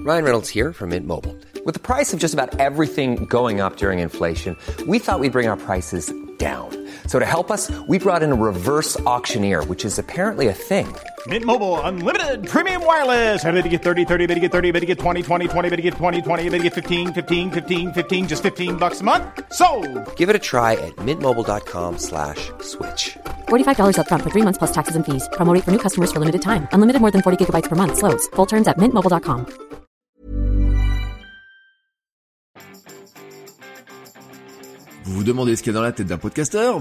Ryan Reynolds here from Mint Mobile. With the price of just about everything going up during inflation, we thought we'd bring our prices down. So to help us, we brought in a reverse auctioneer, which is apparently a thing. Mint Mobile Unlimited Premium Wireless. How to get 30, 30, how to get 30, how to get 20, 20, 20, how to get 20, 20, how to get 15, 15, 15, 15, just $15 a month? Sold! Give it a try at mintmobile.com/switch. $45 up front for 3 months plus taxes and fees. Promo rate for new customers for limited time. Unlimited more than 40 gigabytes per month. Slows full terms at mintmobile.com. Vous vous demandez ce qu'il y a dans la tête d'un podcasteur?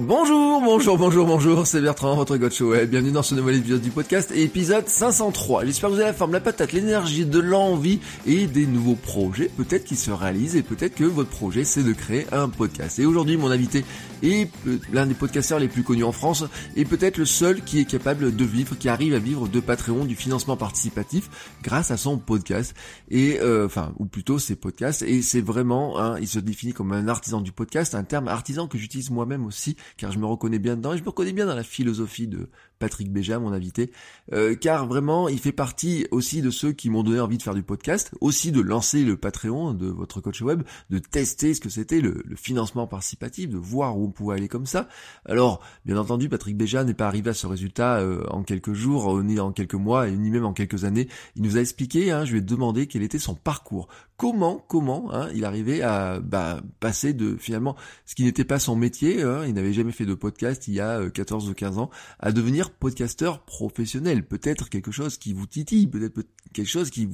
Bonjour, c'est Bertrand, votre coach web. Bienvenue dans ce nouvel épisode du podcast, épisode 503. J'espère que vous avez la forme, la patate, l'énergie, de l'envie et des nouveaux projets, peut-être qui se réalisent, et peut-être que votre projet c'est de créer un podcast. Et aujourd'hui, mon invité est l'un des podcasteurs les plus connus en France, et peut-être le seul qui est capable de vivre, qui arrive à vivre de Patreon, du financement participatif, grâce à son podcast, et ou plutôt ses podcasts, et c'est vraiment, il se définit comme un artisan du podcast, un terme artisan que j'utilise moi-même aussi, car je me reconnais bien dedans, et je me reconnais bien dans la philosophie de Patrick Béja, mon invité, car vraiment, il fait partie aussi de ceux qui m'ont donné envie de faire du podcast, aussi de lancer le Patreon de votre coach web, de tester ce que c'était le financement participatif, de voir où on pouvait aller comme ça. Alors, bien entendu, Patrick Béja n'est pas arrivé à ce résultat en quelques jours, ni en quelques mois, ni même en quelques années. Il nous a expliqué, je lui ai demandé quel était son parcours. Comment il arrivait à passer de finalement ce qui n'était pas son métier, il n'avait jamais fait de podcast il y a 14 ou 15 ans, à devenir podcasteur professionnel. Peut-être quelque chose qui vous titille, peut-être quelque chose qui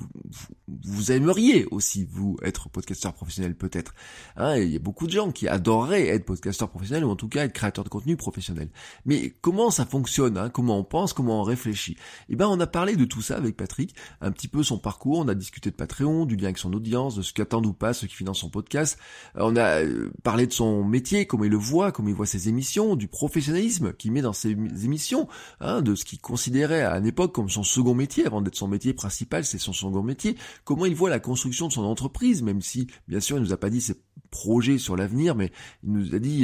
vous aimeriez aussi, vous, être podcasteur professionnel, peut-être. Il y a beaucoup de gens qui adoreraient être podcasteur professionnel, ou en tout cas être créateur de contenu professionnel. Mais comment ça fonctionne, comment on pense, comment on réfléchit? On a parlé de tout ça avec Patrick, un petit peu son parcours, on a discuté de Patreon, du lien avec son audience, de ce qu'attendent ou pas ceux qui financent son podcast. On a parlé de son métier, comment il le voit, comment il voit ses émissions, du professionnalisme qu'il met dans ses émissions, de ce qu'il considérait à une époque comme son second métier, avant d'être son métier principal, c'est son second métier, comment il voit la construction de son entreprise, même si, bien sûr, il nous a pas dit ses projets sur l'avenir, mais il nous a dit,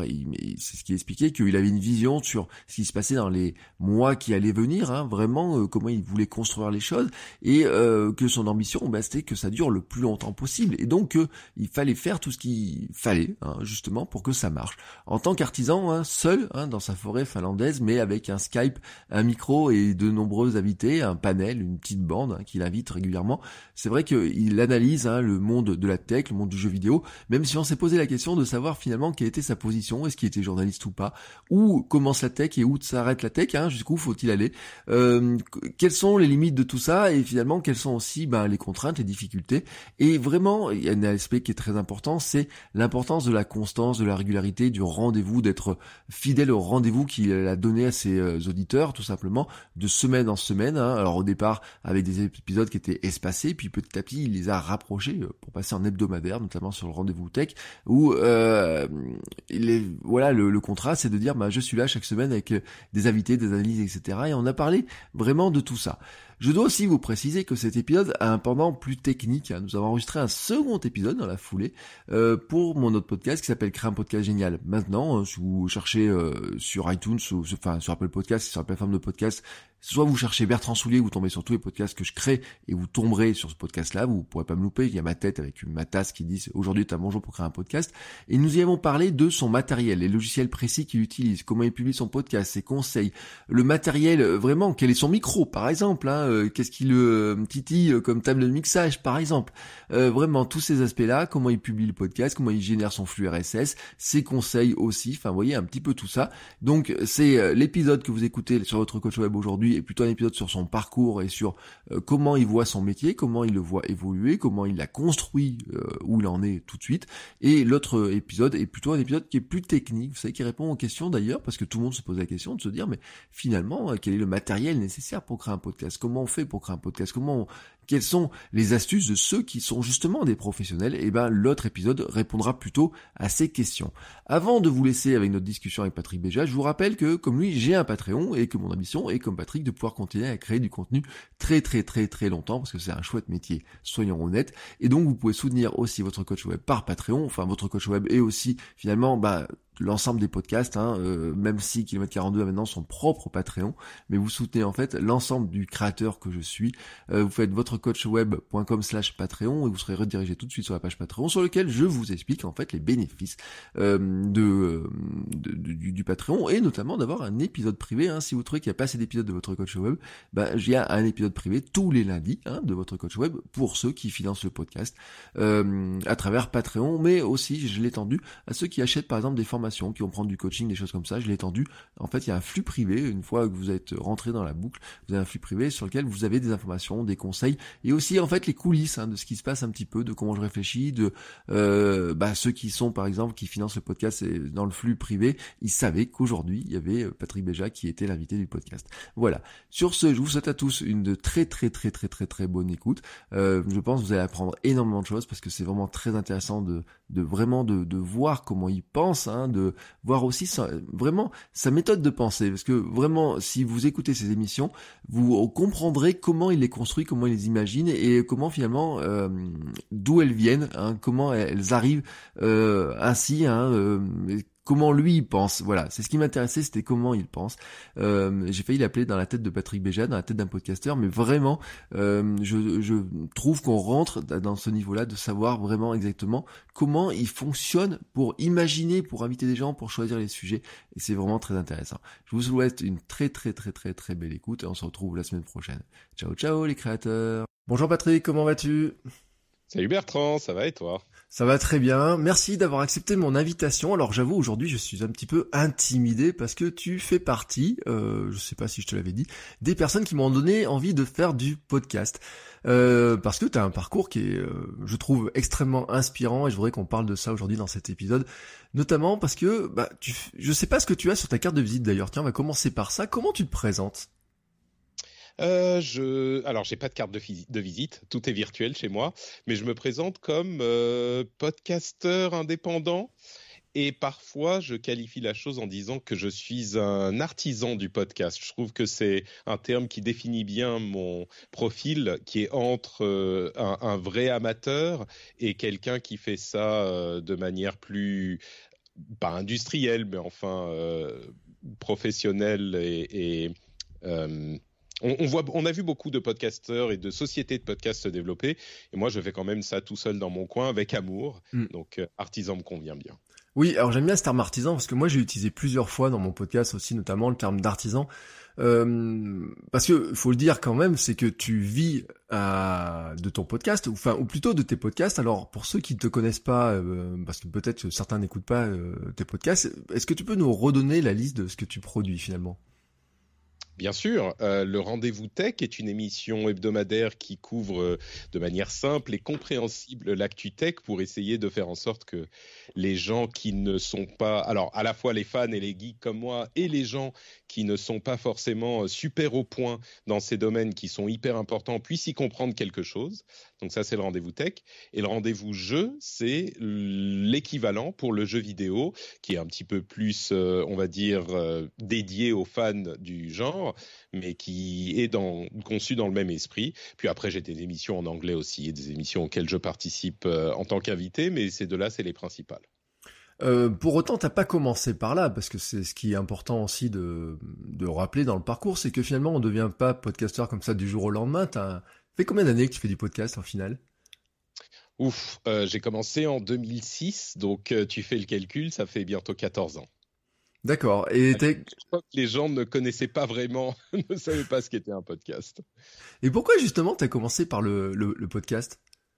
c'est ce qu'il expliquait, qu'il avait une vision sur ce qui se passait dans les mois qui allaient venir, vraiment, comment il voulait construire les choses, et que son ambition, c'était que ça dure le plus longtemps possible, et donc il fallait faire tout ce qu'il fallait, justement, pour que ça marche. En tant qu'artisan, seul, dans sa forêt finlandaise, mais avec un Skype, un micro et de nombreux invités, un panel, une petite bande qu'il invite régulièrement. C'est vrai qu'il analyse le monde de la tech, le monde du jeu vidéo, même si on s'est posé la question de savoir finalement quelle était sa position, est-ce qu'il était journaliste ou pas, où commence la tech et où s'arrête la tech, jusqu'où faut-il aller, quelles sont les limites de tout ça, et finalement quelles sont aussi les contraintes, les difficultés. Et vraiment, il y a un aspect qui est très important, c'est l'importance de la constance, de la régularité, du rendez-vous, d'être fidèle au rendez-vous qu'il a donné à ses auditeurs, tout simplement, de semaine en semaine. Alors au départ, avec des épisodes qui étaient espacés, puis petit à petit, il les a rapprochés pour passer en hebdomadaire, notamment sur le rendez-vous tech, où le contrat, c'est de dire, je suis là chaque semaine avec des invités, des analyses, etc. Et on a parlé vraiment de tout ça. Je dois aussi vous préciser que cet épisode a un pendant plus technique. Nous avons enregistré un second épisode dans la foulée pour mon autre podcast qui s'appelle Créer un podcast génial. Maintenant, si vous cherchez sur iTunes, sur Apple Podcast, sur la plateforme de podcast, soit vous cherchez Bertrand Soulier, vous tombez sur tous les podcasts que je crée et vous tomberez sur ce podcast-là, vous pourrez pas me louper, il y a ma tête avec ma tasse qui dit « Aujourd'hui, t'as bonjour pour créer un podcast ». Et nous y avons parlé de son matériel, les logiciels précis qu'il utilise, comment il publie son podcast, ses conseils, le matériel, vraiment, quel est son micro, par exemple, qu'est-ce qui le titille comme table de mixage, par exemple. Vraiment, tous ces aspects-là, comment il publie le podcast, comment il génère son flux RSS, ses conseils aussi, vous voyez, un petit peu tout ça. Donc, c'est l'épisode que vous écoutez sur votre coach web aujourd'hui, et plutôt un épisode sur son parcours et sur comment il voit son métier, comment il le voit évoluer, comment il l'a construit, où il en est tout de suite. Et l'autre épisode est plutôt un épisode qui est plus technique, vous savez, qui répond aux questions d'ailleurs, parce que tout le monde se pose la question de se dire, mais finalement, quel est le matériel nécessaire pour créer un podcast? Comment on fait pour créer un podcast? Quelles sont les astuces de ceux qui sont justement des professionnels? L'autre épisode répondra plutôt à ces questions. Avant de vous laisser avec notre discussion avec Patrick Béja, je vous rappelle que, comme lui, j'ai un Patreon et que mon ambition est, comme Patrick, de pouvoir continuer à créer du contenu très très très très longtemps, parce que c'est un chouette métier, soyons honnêtes. Et donc, vous pouvez soutenir aussi votre coach web par Patreon, votre coach web, et aussi, finalement, l'ensemble des podcasts, même si Kilomètre 42 a maintenant son propre Patreon, mais vous soutenez en fait l'ensemble du créateur que je suis. Vous faites votrecoachweb.com/Patreon et vous serez redirigé tout de suite sur la page Patreon sur lequel je vous explique en fait les bénéfices du Patreon, et notamment d'avoir un épisode privé. Si vous trouvez qu'il n'y a pas assez d'épisodes de Votre Coach Web, il y a un épisode privé tous les lundis de Votre Coach Web pour ceux qui financent le podcast à travers Patreon, mais aussi je l'ai étendu à ceux qui achètent par exemple des formations, qui vont prendre du coaching, des choses comme ça. Je l'ai étendu. En fait, il y a un flux privé. Une fois que vous êtes rentré dans la boucle, vous avez un flux privé sur lequel vous avez des informations, des conseils, et aussi en fait les coulisses de ce qui se passe un petit peu, de comment je réfléchis, de ceux qui sont par exemple qui financent le podcast dans le flux privé, ils savaient qu'aujourd'hui il y avait Patrick Béja qui était l'invité du podcast. Voilà. Sur ce, je vous souhaite à tous une très très très très très très bonne écoute. Je pense que vous allez apprendre énormément de choses parce que c'est vraiment très intéressant de voir comment il pense, de voir aussi vraiment sa méthode de pensée, parce que vraiment si vous écoutez ces émissions, vous comprendrez comment il les construit, comment il les imagine, et comment finalement d'où elles viennent, comment elles arrivent ainsi, comment lui il pense. Voilà, c'est ce qui m'intéressait, c'était comment il pense. J'ai failli l'appeler dans la tête de Patrick Béja, dans la tête d'un podcasteur, mais vraiment je trouve qu'on rentre dans ce niveau-là de savoir vraiment exactement comment il fonctionne pour imaginer, pour inviter des gens, pour choisir les sujets, et c'est vraiment très intéressant. Je vous souhaite une très très très très très belle écoute et on se retrouve la semaine prochaine. Ciao ciao les créateurs. Bonjour Patrick, comment vas-tu ? Salut Bertrand, ça va et toi ? Ça va très bien, merci d'avoir accepté mon invitation. Alors j'avoue, aujourd'hui je suis un petit peu intimidé parce que tu fais partie, je sais pas si je te l'avais dit, des personnes qui m'ont donné envie de faire du podcast. Parce que tu as un parcours qui est, je trouve, extrêmement inspirant, et je voudrais qu'on parle de ça aujourd'hui dans cet épisode. Notamment parce que, je sais pas ce que tu as sur ta carte de visite d'ailleurs. Tiens, on va commencer par ça. Comment tu te présentes ? Alors, j'ai pas de carte de visite, tout est virtuel chez moi, mais je me présente comme podcasteur indépendant, et parfois je qualifie la chose en disant que je suis un artisan du podcast. Je trouve que c'est un terme qui définit bien mon profil, qui est entre un vrai amateur et quelqu'un qui fait ça de manière plus, pas industrielle, mais enfin professionnelle on a vu beaucoup de podcasteurs et de sociétés de podcasts se développer, et moi je fais quand même ça tout seul dans mon coin avec amour, donc artisan me convient bien. Oui, alors j'aime bien ce terme artisan parce que moi j'ai utilisé plusieurs fois dans mon podcast aussi, notamment le terme d'artisan, parce que faut le dire quand même, c'est que tu vis de ton podcast, ou plutôt de tes podcasts. Alors pour ceux qui ne te connaissent pas, parce que peut-être certains n'écoutent pas tes podcasts, est-ce que tu peux nous redonner la liste de ce que tu produis finalement ? Bien sûr, le Rendez-vous Tech est une émission hebdomadaire qui couvre de manière simple et compréhensible l'actu tech pour essayer de faire en sorte que les gens qui ne sont pas, alors à la fois les fans et les geeks comme moi, et les gens qui ne sont pas forcément super au point dans ces domaines qui sont hyper importants puissent y comprendre quelque chose. Donc ça, c'est le Rendez-vous Tech. Et le Rendez-vous Jeu, c'est l'équivalent pour le jeu vidéo, qui est un petit peu plus, on va dire, dédié aux fans du genre, mais qui est conçu dans le même esprit. Puis après, j'ai des émissions en anglais aussi, et des émissions auxquelles je participe en tant qu'invité, mais ces deux-là, c'est les principales. Pour autant, t'as pas commencé par là, parce que c'est ce qui est important aussi de rappeler dans le parcours, c'est que finalement, on devient pas podcasteur comme ça du jour au lendemain. T'as fait combien d'années que tu fais du podcast en final ? J'ai commencé en 2006, donc tu fais le calcul, ça fait bientôt 14 ans. D'accord. Et je crois que les gens ne connaissaient pas vraiment, ne savaient pas ce qu'était un podcast. Et pourquoi justement t'as commencé par le podcast ?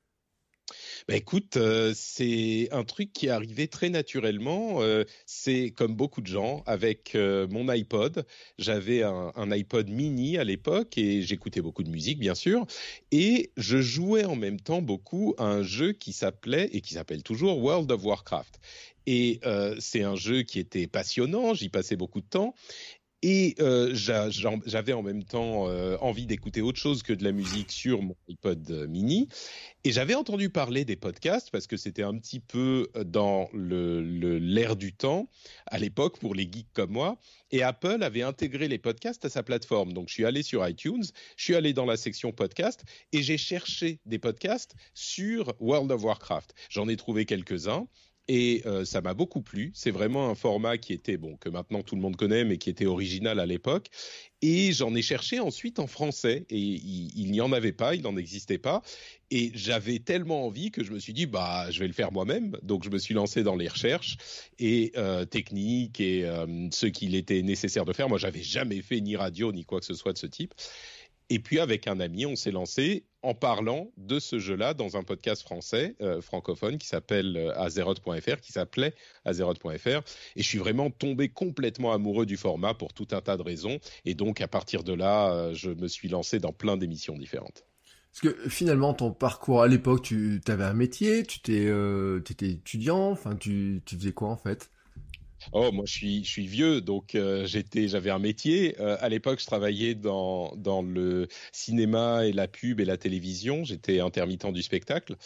Écoute, c'est un truc qui est arrivé très naturellement. C'est comme beaucoup de gens avec mon iPod. J'avais un iPod mini à l'époque et j'écoutais beaucoup de musique, bien sûr. Et je jouais en même temps beaucoup à un jeu qui s'appelait et qui s'appelle toujours World of Warcraft. Et c'est un jeu qui était passionnant. J'y passais beaucoup de temps. Et j'avais en même temps envie d'écouter autre chose que de la musique sur mon iPod mini. Et j'avais entendu parler des podcasts parce que c'était un petit peu dans l'air du temps à l'époque pour les geeks comme moi. Et Apple avait intégré les podcasts à sa plateforme. Donc je suis allé sur iTunes, je suis allé dans la section podcast et j'ai cherché des podcasts sur World of Warcraft. J'en ai trouvé quelques-uns. Et ça m'a beaucoup plu. C'est vraiment un format qui était, bon, que maintenant tout le monde connaît, mais qui était original à l'époque. Et j'en ai cherché ensuite en français. Et il n'y en avait pas, il n'en existait pas. Et j'avais tellement envie que je me suis dit, bah, je vais le faire moi-même. Donc je me suis lancé dans les recherches et techniques et ce qu'il était nécessaire de faire. Moi, j'avais jamais fait ni radio ni quoi que ce soit de ce type. Et puis avec un ami, on s'est lancé en parlant de ce jeu-là dans un podcast français francophone qui s'appelle Azeroth.fr, qui s'appelait Azeroth.fr. Et je suis vraiment tombé complètement amoureux du format pour tout un tas de raisons. Et donc à partir de là, je me suis lancé dans plein d'émissions différentes. Parce que finalement, ton parcours à l'époque, tu avais un métier, t'étais étudiant, enfin, tu faisais quoi en fait? Oh, moi, je suis vieux, donc j'avais un métier. À l'époque, je travaillais dans le cinéma et la pub et la télévision. J'étais intermittent du spectacle.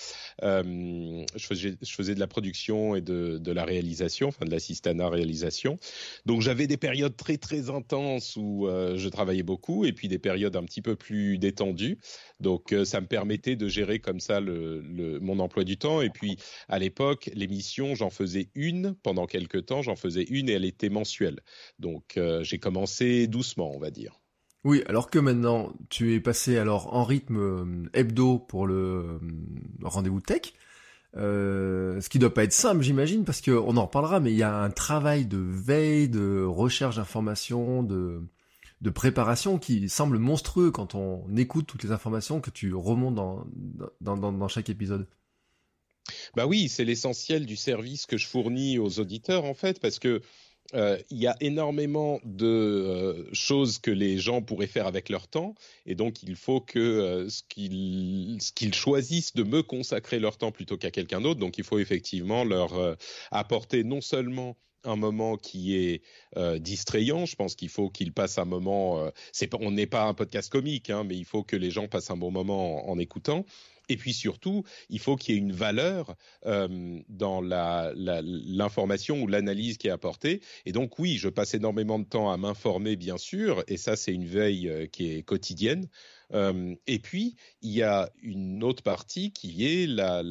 Je faisais de la production et de la réalisation, enfin de l'assistanat réalisation. Donc, j'avais des périodes très très intenses où je travaillais beaucoup, et puis des périodes un petit peu plus détendues. Donc, ça me permettait de gérer comme ça mon emploi du temps. Et puis, à l'époque, l'émission, j'en faisais une pendant quelques temps. J'en faisais une et elle était mensuelle. Donc j'ai commencé doucement, on va dire. Oui, alors que maintenant, tu es passé alors en rythme hebdo pour le rendez-vous tech, ce qui doit pas être simple, j'imagine, parce que on en reparlera, mais il y a un travail de veille, de recherche d'informations, de préparation qui semble monstrueux quand on écoute toutes les informations que tu remontes dans chaque épisode. Bah oui, c'est l'essentiel du service que je fournis aux auditeurs en fait, parce que il y a énormément de choses que les gens pourraient faire avec leur temps, et donc il faut que ce qu'ils choisissent de me consacrer leur temps plutôt qu'à quelqu'un d'autre. Donc il faut effectivement leur apporter non seulement un moment qui est distrayant. Je pense qu'il faut qu'ils passent un moment. On n'est pas un podcast comique, hein, mais il faut que les gens passent un bon moment en écoutant. Et puis surtout, il faut qu'il y ait une valeur dans l'information ou l'analyse qui est apportée. Et donc oui, je passe énormément de temps à m'informer, bien sûr, et ça c'est une veille qui est quotidienne. Et puis il y a une autre partie qui est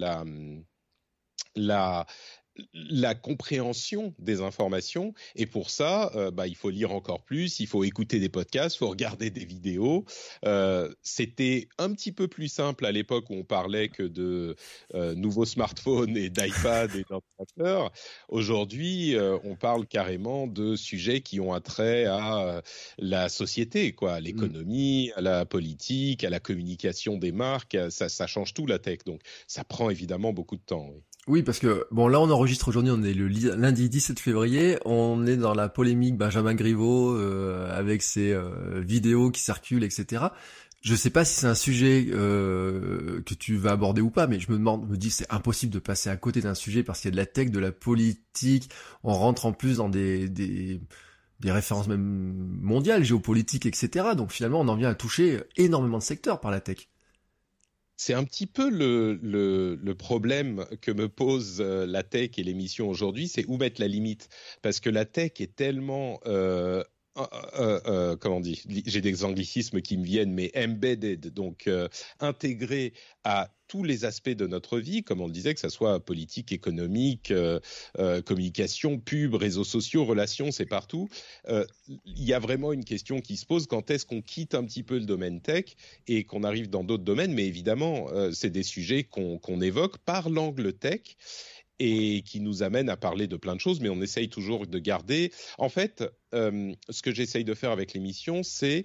la compréhension des informations, et pour ça, il faut lire encore plus, il faut écouter des podcasts, il faut regarder des vidéos. C'était un petit peu plus simple à l'époque où on parlait que de nouveaux smartphones et d'iPad et d'ordinateurs. Aujourd'hui, on parle carrément de sujets qui ont un trait à la société, quoi, à l'économie, à la politique, à la communication des marques. Ça change tout, la tech, donc ça prend évidemment beaucoup de temps. Oui. Oui, parce que, bon, là, on enregistre aujourd'hui, on est le lundi 17 février, on est dans la polémique Benjamin Griveaux, avec ses vidéos qui circulent, etc. Je sais pas si c'est un sujet que tu vas aborder ou pas, mais je me dis, c'est impossible de passer à côté d'un sujet parce qu'il y a de la tech, de la politique, on rentre en plus dans des références même mondiales, géopolitiques, etc. Donc finalement, on en vient à toucher énormément de secteurs par la tech. C'est un petit peu le problème que me pose la tech et l'émission aujourd'hui, c'est où mettre la limite. Parce que la tech est tellement, comment on dit, j'ai des anglicismes qui me viennent, mais embedded, donc intégrée à tous les aspects de notre vie, comme on le disait, que ça soit politique, économique, communication, pub, réseaux sociaux, relations, c'est partout. Il y a vraiment une question qui se pose, quand est-ce qu'on quitte un petit peu le domaine tech et qu'on arrive dans d'autres domaines, mais évidemment, c'est des sujets qu'on évoque par l'angle tech et qui nous amènent à parler de plein de choses, mais on essaye toujours de garder. En fait, ce que j'essaye de faire avec l'émission, c'est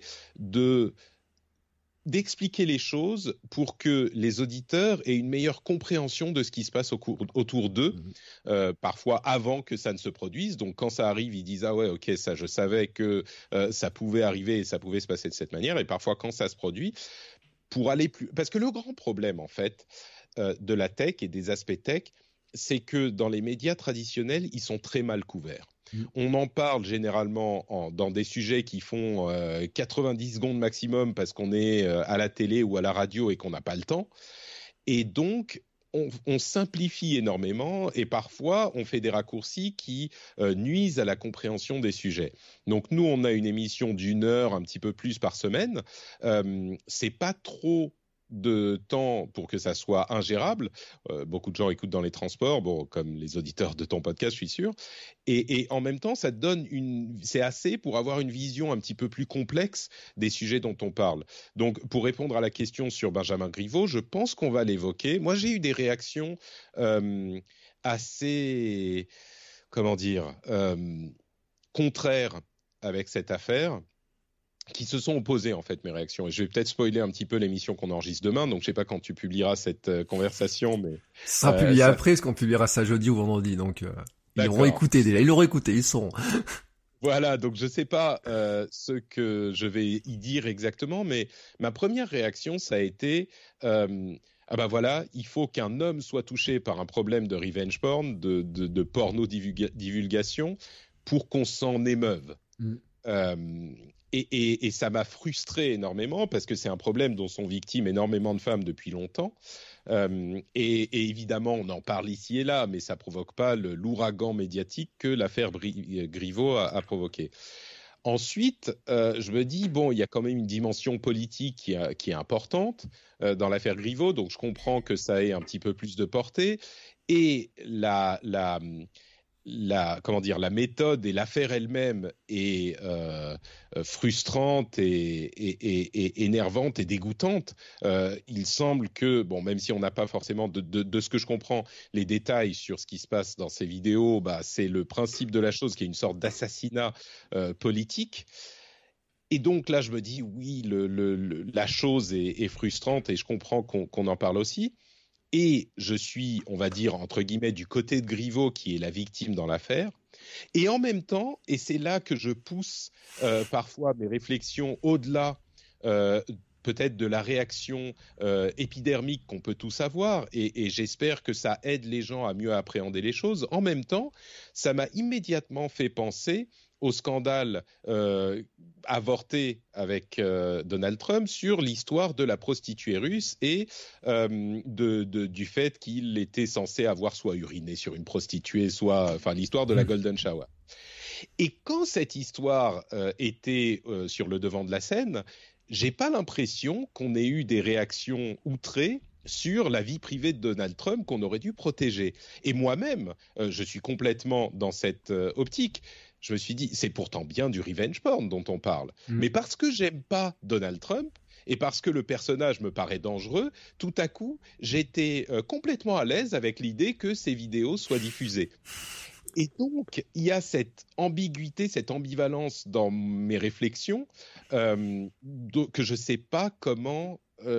d'expliquer les choses pour que les auditeurs aient une meilleure compréhension de ce qui se passe autour d'eux, parfois avant que ça ne se produise. Donc quand ça arrive, ils disent « Ah ouais, ok, ça je savais que ça pouvait arriver et ça pouvait se passer de cette manière ». Et parfois quand ça se produit, pour aller plus... Parce que le grand problème en fait de la tech et des aspects tech, c'est que dans les médias traditionnels, ils sont très mal couverts. On en parle généralement dans des sujets qui font 90 secondes maximum parce qu'on est à la télé ou à la radio et qu'on n'a pas le temps. Et donc, on simplifie énormément et parfois, on fait des raccourcis qui nuisent à la compréhension des sujets. Donc, nous, on a une émission d'1 heure, un petit peu plus par semaine. C'est pas trop de temps pour que ça soit ingérable. Beaucoup de gens écoutent dans les transports, bon, comme les auditeurs de ton podcast, je suis sûr. Et en même temps, ça te donne c'est assez pour avoir une vision un petit peu plus complexe des sujets dont on parle. Donc, pour répondre à la question sur Benjamin Griveaux, je pense qu'on va l'évoquer. Moi, j'ai eu des réactions assez, comment dire, contraires avec cette affaire, qui se sont opposées, en fait, mes réactions. Et je vais peut-être spoiler un petit peu l'émission qu'on enregistre demain, donc je sais pas quand tu publieras cette conversation, mais... Ça sera publié après, parce qu'on publiera ça jeudi ou vendredi, donc ils l'auront écouté déjà, ils l'auront écouté, ils sauront. Voilà, donc je sais pas ce que je vais y dire exactement, mais ma première réaction, ça a été... ah ben voilà, il faut qu'un homme soit touché par un problème de revenge porn, de porno-divulgation, pour qu'on s'en émeuve. Et ça m'a frustré énormément parce que c'est un problème dont sont victimes énormément de femmes depuis longtemps. Et évidemment, on en parle ici et là, mais ça provoque pas l'ouragan médiatique que l'affaire Griveaux a provoqué. Ensuite, je me dis, bon, il y a quand même une dimension politique qui est importante dans l'affaire Griveaux, donc je comprends que ça ait un petit peu plus de portée. Et comment dire, la méthode et l'affaire elle-même est frustrante et énervante et dégoûtante. Il semble que, bon, même si on n'a pas forcément de ce que je comprends les détails sur ce qui se passe dans ces vidéos, bah, c'est le principe de la chose qui est une sorte d'assassinat politique. Et donc là, je me dis, oui, la chose est frustrante et je comprends qu'on en parle aussi. Et je suis, on va dire, entre guillemets, du côté de Griveaux, qui est la victime dans l'affaire. Et en même temps, et c'est là que je pousse parfois mes réflexions au-delà peut-être de la réaction épidermique qu'on peut tous avoir, et j'espère que ça aide les gens à mieux appréhender les choses. En même temps, ça m'a immédiatement fait penser au scandale avorté avec Donald Trump sur l'histoire de la prostituée russe et du fait qu'il était censé avoir soit uriné sur une prostituée, soit, enfin, l'histoire de la Golden Shower. Et quand cette histoire était sur le devant de la scène, j'ai pas l'impression qu'on ait eu des réactions outrées sur la vie privée de Donald Trump qu'on aurait dû protéger. Et moi-même, je suis complètement dans cette optique. Je me suis dit, c'est pourtant bien du revenge porn dont on parle. Mais parce que j'aime pas Donald Trump et parce que le personnage me paraît dangereux, tout à coup, j'étais complètement à l'aise avec l'idée que ces vidéos soient diffusées. Et donc, il y a cette ambiguïté, cette ambivalence dans mes réflexions que je sais pas comment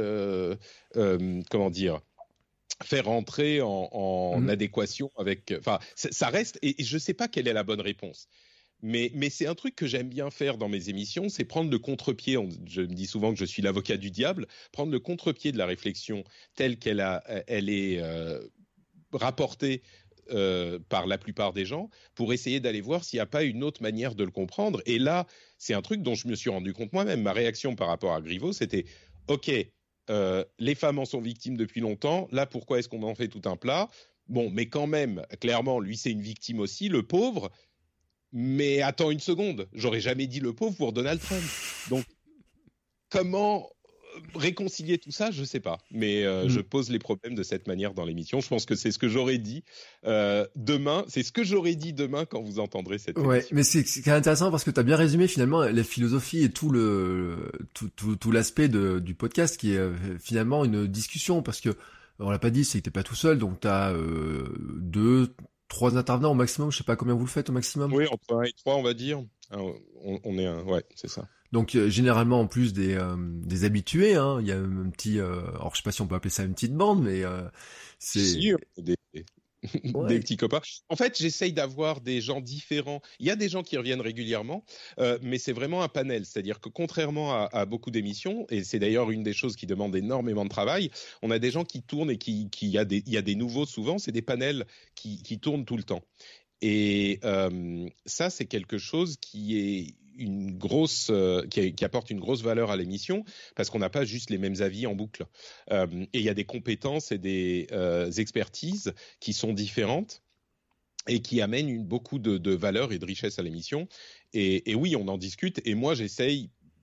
dire, faire entrer en adéquation avec... Enfin, ça reste... Et je sais pas quelle est la bonne réponse. Mais c'est un truc que j'aime bien faire dans mes émissions, c'est prendre le contre-pied. Je me dis souvent que je suis l'avocat du diable. Prendre le contre-pied de la réflexion telle qu'elle est rapportée par la plupart des gens, pour essayer d'aller voir s'il n'y a pas une autre manière de le comprendre. Et là, c'est un truc dont je me suis rendu compte moi-même. Ma réaction par rapport à Griveaux, c'était « Ok, les femmes en sont victimes depuis longtemps. Là, pourquoi est-ce qu'on en fait tout un plat ? Bon, mais quand même, clairement, lui, c'est une victime aussi, le pauvre. Mais attends une seconde, j'aurais jamais dit le pauvre pour Donald Trump. Donc, comment réconcilier tout ça, je sais pas. Mais je pose les problèmes de cette manière dans l'émission. Je pense que c'est ce que j'aurais dit demain. C'est ce que j'aurais dit demain quand vous entendrez cette émission. Ouais, mais c'est quand même intéressant parce que tu as bien résumé finalement la philosophie et tout l'aspect du podcast qui est finalement une discussion, parce que on l'a pas dit, c'est que t'es pas tout seul, donc t'as 2-3 intervenants au maximum. Je sais pas combien vous le faites au maximum. Oui, entre 1 et 3, on va dire. On est ouais, c'est ça. Donc généralement en plus des habitués, hein, il y a un petit, alors je sais pas si on peut appeler ça une petite bande, mais c'est sûr, des petits copains. En fait, j'essaye d'avoir des gens différents. Il y a des gens qui reviennent régulièrement, mais c'est vraiment un panel. C'est-à-dire que contrairement à beaucoup d'émissions, et c'est d'ailleurs une des choses qui demande énormément de travail, on a des gens qui tournent et il y a des nouveaux souvent. C'est des panels qui tournent tout le temps. Et ça, c'est quelque chose qui est une grosse, qui apporte une grosse valeur à l'émission, parce qu'on n'a pas juste les mêmes avis en boucle. Et il y a des compétences et des expertises qui sont différentes et qui amènent beaucoup de valeur et de richesse à l'émission. Et oui, on en discute. Et moi, j'essaye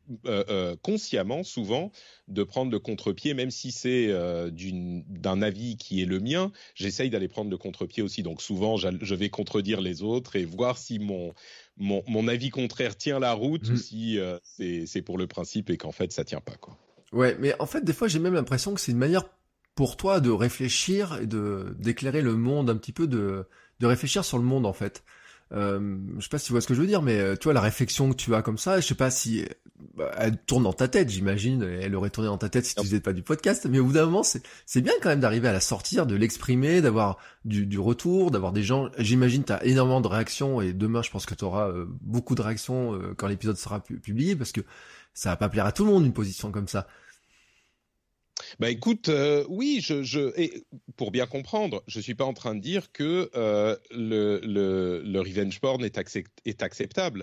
consciemment, souvent, de prendre le contre-pied, même si c'est d'un avis qui est le mien, j'essaye d'aller prendre le contre-pied aussi. Donc souvent, je vais contredire les autres et voir si mon avis contraire tient la route ou si c'est pour le principe et qu'en fait, ça tient pas, quoi. Ouais, mais en fait, des fois, j'ai même l'impression que c'est une manière pour toi de réfléchir et d'éclairer le monde un petit peu, de réfléchir sur le monde, en fait. Je sais pas si tu vois ce que je veux dire, mais tu vois, la réflexion que tu as comme ça, je sais pas si elle tourne dans ta tête, j'imagine, elle aurait tourné dans ta tête si tu faisais pas du podcast, mais au bout d'un moment, c'est bien quand même d'arriver à la sortir, de l'exprimer, d'avoir du retour, d'avoir des gens, j'imagine t'as énormément de réactions, et demain, je pense que t'auras beaucoup de réactions quand l'épisode sera publié, parce que ça va pas plaire à tout le monde, une position comme ça. Bah écoute, oui, et pour bien comprendre, je suis pas en train de dire que le revenge porn est acceptable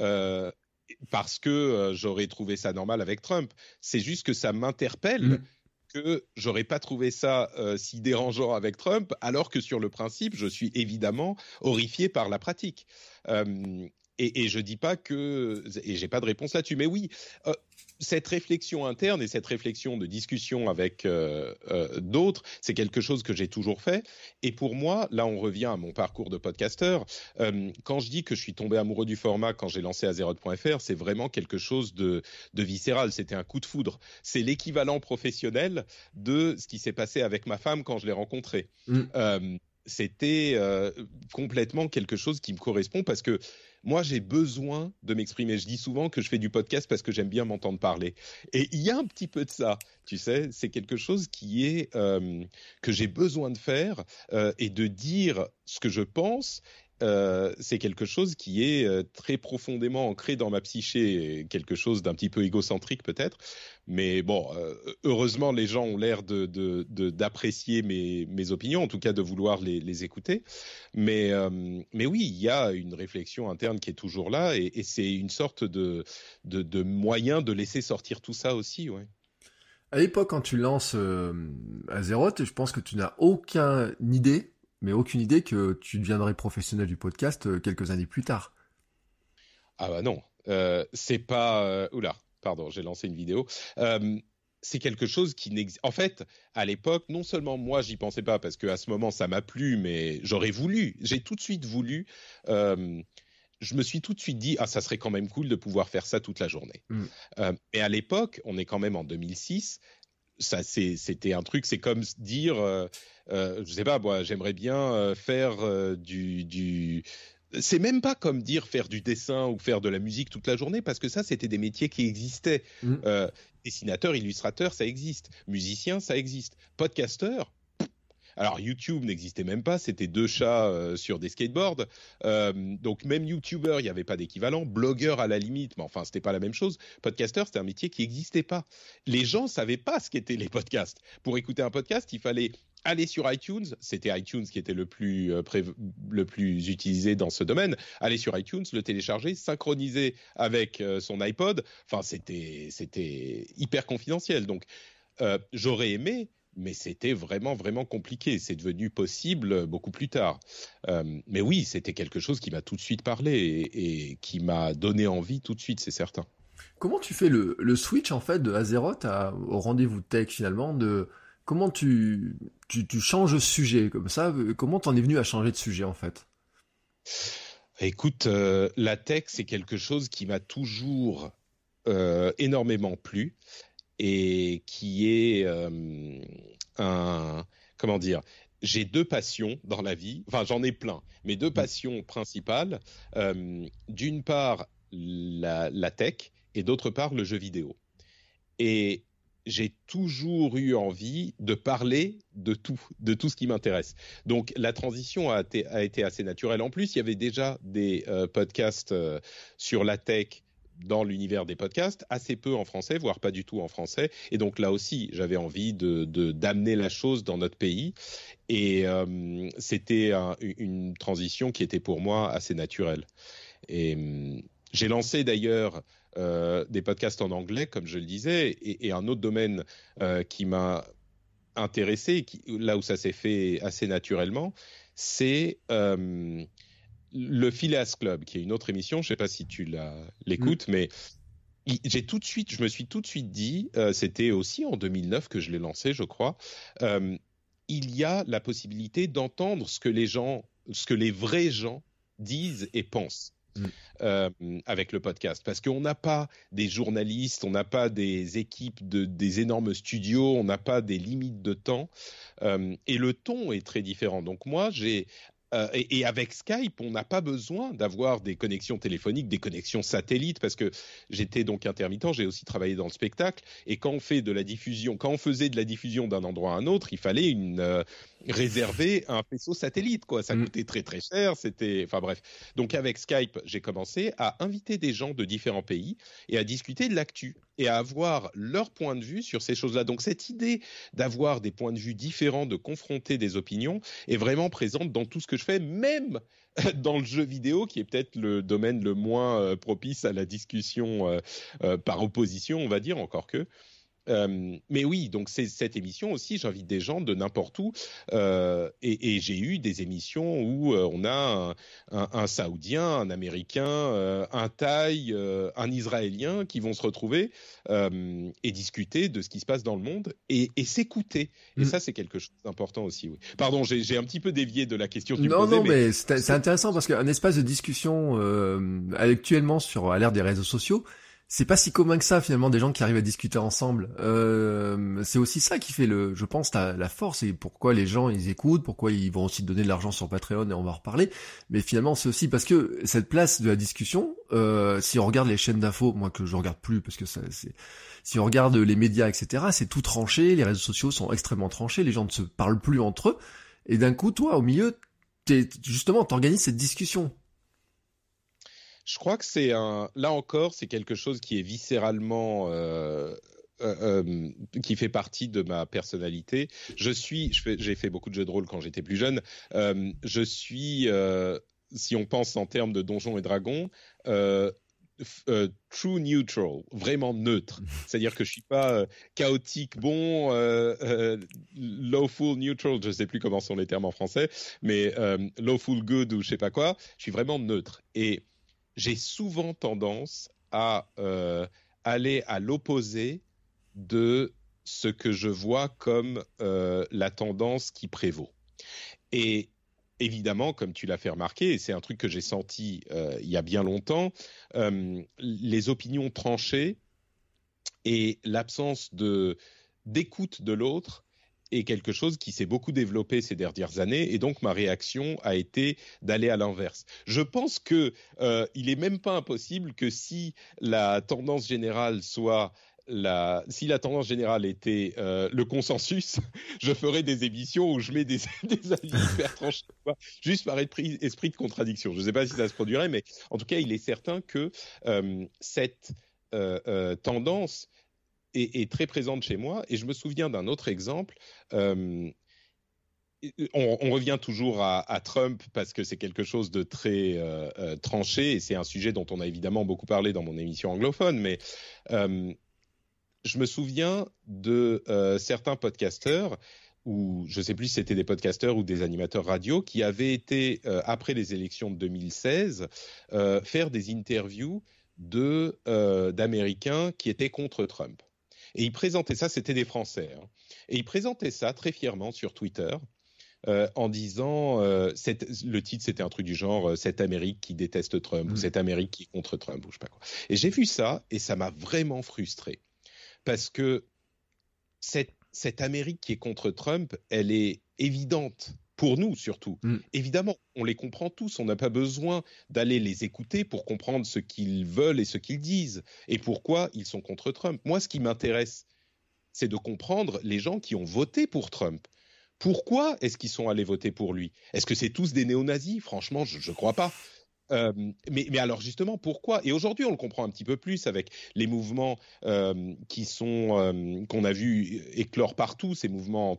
parce que j'aurais trouvé ça normal avec Trump. C'est juste que ça m'interpelle que j'aurais pas trouvé ça si dérangeant avec Trump, alors que sur le principe, je suis évidemment horrifié par la pratique. Et je dis pas que, et j'ai pas de réponse là-dessus, mais oui, cette réflexion interne et cette réflexion de discussion avec d'autres, c'est quelque chose que j'ai toujours fait. Et pour moi, là, on revient à mon parcours de podcasteur. Quand je dis que je suis tombé amoureux du format quand j'ai lancé Azeroth.fr, c'est vraiment quelque chose de viscéral. C'était un coup de foudre. C'est l'équivalent professionnel de ce qui s'est passé avec ma femme quand je l'ai rencontrée. C'était complètement quelque chose qui me correspond parce que moi, j'ai besoin de m'exprimer. Je dis souvent que je fais du podcast parce que j'aime bien m'entendre parler. Et il y a un petit peu de ça, tu sais. C'est quelque chose qui est que j'ai besoin de faire et de dire ce que je pense. C'est quelque chose qui est très profondément ancré dans ma psyché, quelque chose d'un petit peu égocentrique peut-être. Mais bon, heureusement, les gens ont l'air d'apprécier mes opinions, en tout cas de vouloir les écouter. Mais oui, il y a une réflexion interne qui est toujours là et c'est une sorte de moyen de laisser sortir tout ça aussi, ouais. À l'époque, quand tu lances Azeroth, je pense que tu n'as aucune idée que tu deviendrais professionnel du podcast quelques années plus tard. Ah bah non, c'est pas... Oula, pardon, j'ai lancé une vidéo. C'est quelque chose qui n'existe... En fait, à l'époque, non seulement moi, j'y pensais pas, parce qu'à ce moment, ça m'a plu, mais j'aurais voulu. J'ai tout de suite voulu... je me suis tout de suite dit, ça serait quand même cool de pouvoir faire ça toute la journée. Mais à l'époque, on est quand même en 2006... Ça, c'était un truc, c'est comme dire, je sais pas, moi, j'aimerais bien faire c'est même pas comme dire faire du dessin ou faire de la musique toute la journée, parce que ça, c'était des métiers qui existaient. Dessinateur, illustrateur, ça existe. Musicien, ça existe. Podcasteur. Alors YouTube n'existait même pas, c'était deux chats sur des skateboards. Donc même YouTuber, il n'y avait pas d'équivalent. Blogueur à la limite, mais enfin c'était pas la même chose. Podcasteur, c'était un métier qui n'existait pas. Les gens savaient pas ce qu'étaient les podcasts. Pour écouter un podcast, il fallait aller sur iTunes. C'était iTunes qui était le plus utilisé dans ce domaine. Aller sur iTunes, le télécharger, synchroniser avec son iPod. Enfin c'était hyper confidentiel. Donc j'aurais aimé. Mais c'était vraiment, vraiment compliqué. C'est devenu possible beaucoup plus tard. Mais oui, c'était quelque chose qui m'a tout de suite parlé et qui m'a donné envie tout de suite, c'est certain. Comment tu fais le switch, en fait, de Azeroth au rendez-vous tech, finalement, comment tu changes de sujet comme ça? Comment t'en es venu à changer de sujet, en fait? Écoute, la tech, c'est quelque chose qui m'a toujours énormément plu. Et qui est comment dire, j'ai deux passions dans la vie, enfin j'en ai plein, mais deux passions principales, d'une part la tech et d'autre part le jeu vidéo. Et j'ai toujours eu envie de parler de tout ce qui m'intéresse. Donc la transition a été assez naturelle. En plus, il y avait déjà des podcasts sur la tech dans l'univers des podcasts, assez peu en français, voire pas du tout en français. Et donc là aussi, j'avais envie d'amener la chose dans notre pays. Et c'était une transition qui était pour moi assez naturelle. Et j'ai lancé d'ailleurs des podcasts en anglais, comme je le disais, et un autre domaine qui m'a intéressé, là où ça s'est fait assez naturellement, c'est... le Phileas Club, qui est une autre émission, je ne sais pas si tu l'écoutes, mais je me suis tout de suite dit, c'était aussi en 2009 que je l'ai lancé, je crois. Il y a la possibilité d'entendre ce que les vrais gens disent et pensent. Avec le podcast, parce qu'on n'a pas des journalistes, on n'a pas des équipes des énormes studios, on n'a pas des limites de temps, et le ton est très différent. Donc moi, et avec Skype, on n'a pas besoin d'avoir des connexions téléphoniques, des connexions satellites, parce que j'étais donc intermittent, j'ai aussi travaillé dans le spectacle, et quand on faisait de la diffusion d'un endroit à un autre, il fallait réserver un faisceau satellite, quoi. Ça coûtait très très cher, enfin bref. Donc avec Skype, j'ai commencé à inviter des gens de différents pays et à discuter de l'actu et à avoir leur point de vue sur ces choses-là. Donc cette idée d'avoir des points de vue différents, de confronter des opinions, est vraiment présente dans tout ce que je fais, même dans le jeu vidéo, qui est peut-être le domaine le moins propice à la discussion par opposition, on va dire, encore que. Mais oui, donc c'est cette émission aussi, j'invite des gens de n'importe où, et j'ai eu des émissions où on a un Saoudien, un Américain, un Thaï, un Israélien qui vont se retrouver et discuter de ce qui se passe dans le monde et s'écouter. Et ça, c'est quelque chose d'important aussi. Oui. Pardon, j'ai un petit peu dévié de la question que tu me posais. Non, mais c'est intéressant parce qu'un espace de discussion actuellement à l'ère des réseaux sociaux, c'est pas si commun que ça finalement, des gens qui arrivent à discuter ensemble. C'est aussi ça qui fait je pense la force, et pourquoi les gens ils écoutent, pourquoi ils vont aussi donner de l'argent sur Patreon, et on va en reparler. Mais finalement c'est aussi parce que cette place de la discussion, si on regarde les chaînes d'infos, moi que je regarde plus parce que si on regarde les médias etc, c'est tout tranché, les réseaux sociaux sont extrêmement tranchés, les gens ne se parlent plus entre eux, et d'un coup toi au milieu t'organises cette discussion. Je crois que là encore, c'est quelque chose qui est viscéralement, qui fait partie de ma personnalité. J'ai fait beaucoup de jeux de rôle quand j'étais plus jeune. Si on pense en termes de Donjons et Dragons, true neutral, vraiment neutre. C'est-à-dire que je suis pas chaotique bon, lawful neutral, je sais plus comment sont les termes en français, mais lawful good ou je sais pas quoi. Je suis vraiment neutre. Et j'ai souvent tendance à aller à l'opposé de ce que je vois comme la tendance qui prévaut. Et évidemment, comme tu l'as fait remarquer, et c'est un truc que j'ai senti il y a bien longtemps, les opinions tranchées et l'absence d'écoute de l'autre est quelque chose qui s'est beaucoup développé ces dernières années, et donc ma réaction a été d'aller à l'inverse. Je pense que il est même pas impossible que si la tendance générale était le consensus, je ferais des émissions où je mets des avis hyper tranchés, juste par esprit de contradiction. Je ne sais pas si ça se produirait, mais en tout cas, il est certain que cette tendance est très présente chez moi. Et je me souviens d'un autre exemple. On revient toujours à Trump parce que c'est quelque chose de très tranché, et c'est un sujet dont on a évidemment beaucoup parlé dans mon émission anglophone, mais je me souviens de certains podcasteurs, ou je ne sais plus si c'était des podcasteurs ou des animateurs radio, qui avaient été, après les élections de 2016, faire des interviews d'Américains qui étaient contre Trump. Et ils présentaient ça, c'était des Français, hein, et ils présentaient ça très fièrement sur Twitter, en disant, le titre c'était un truc du genre cette Amérique qui déteste Trump, ou cette Amérique qui est contre Trump, ou je sais pas quoi. Et j'ai vu ça et ça m'a vraiment frustré, parce que cette Amérique qui est contre Trump, elle est évidente. Pour nous, surtout. Évidemment, on les comprend tous. On n'a pas besoin d'aller les écouter pour comprendre ce qu'ils veulent et ce qu'ils disent et pourquoi ils sont contre Trump. Moi, ce qui m'intéresse, c'est de comprendre les gens qui ont voté pour Trump. Pourquoi est-ce qu'ils sont allés voter pour lui ? Est-ce que c'est tous des néo-nazis ? Franchement, je ne crois pas. Mais alors justement, pourquoi ? Et aujourd'hui, on le comprend un petit peu plus avec les mouvements qu'on a vu éclore partout, ces mouvements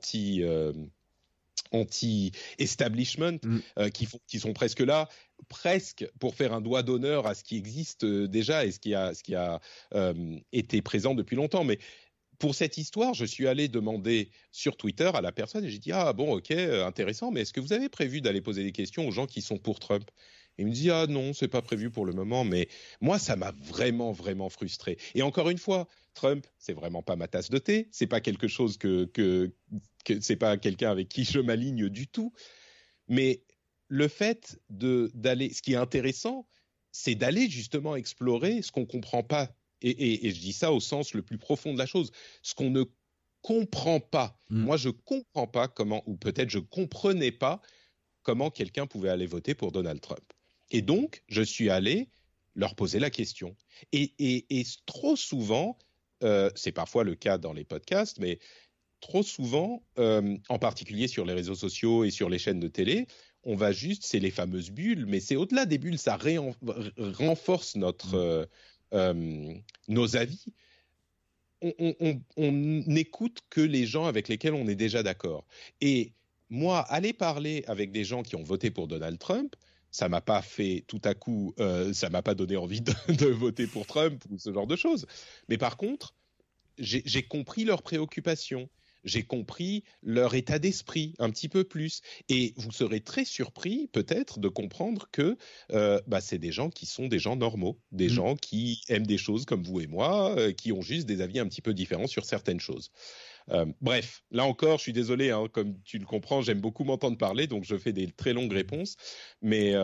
anti-establishment, qui sont presque là, presque pour faire un doigt d'honneur à ce qui existe déjà et ce qui a été présent depuis longtemps. Mais pour cette histoire, je suis allé demander sur Twitter à la personne et j'ai dit « Ah bon, ok, intéressant, mais est-ce que vous avez prévu d'aller poser des questions aux gens qui sont pour Trump ?» Il me dit ah non, c'est pas prévu pour le moment, mais moi ça m'a vraiment vraiment frustré. Et encore une fois, Trump, c'est vraiment pas ma tasse de thé, c'est pas quelque chose que c'est pas quelqu'un avec qui je m'aligne du tout. Mais le fait d'aller, ce qui est intéressant, c'est d'aller justement explorer ce qu'on comprend pas. Et je dis ça au sens le plus profond de la chose, ce qu'on ne comprend pas. Moi, je comprends pas comment, ou peut-être je comprenais pas comment quelqu'un pouvait aller voter pour Donald Trump. Et donc, je suis allé leur poser la question. Et trop souvent, c'est parfois le cas dans les podcasts, mais trop souvent, en particulier sur les réseaux sociaux et sur les chaînes de télé, on va juste, c'est les fameuses bulles, mais c'est au-delà des bulles, ça renforce nos avis. On n'écoute que les gens avec lesquels on est déjà d'accord. Et moi, aller parler avec des gens qui ont voté pour Donald Trump, ça m'a pas fait tout à coup, ça m'a pas donné envie de voter pour Trump ou ce genre de choses. Mais par contre, j'ai compris leurs préoccupations. J'ai compris leur état d'esprit un petit peu plus. Et vous serez très surpris, peut-être, de comprendre que c'est des gens qui sont des gens normaux, des gens qui aiment des choses comme vous et moi, qui ont juste des avis un petit peu différents sur certaines choses. Bref, là encore, je suis désolé, hein, comme tu le comprends, j'aime beaucoup m'entendre parler, donc je fais des très longues réponses. Mais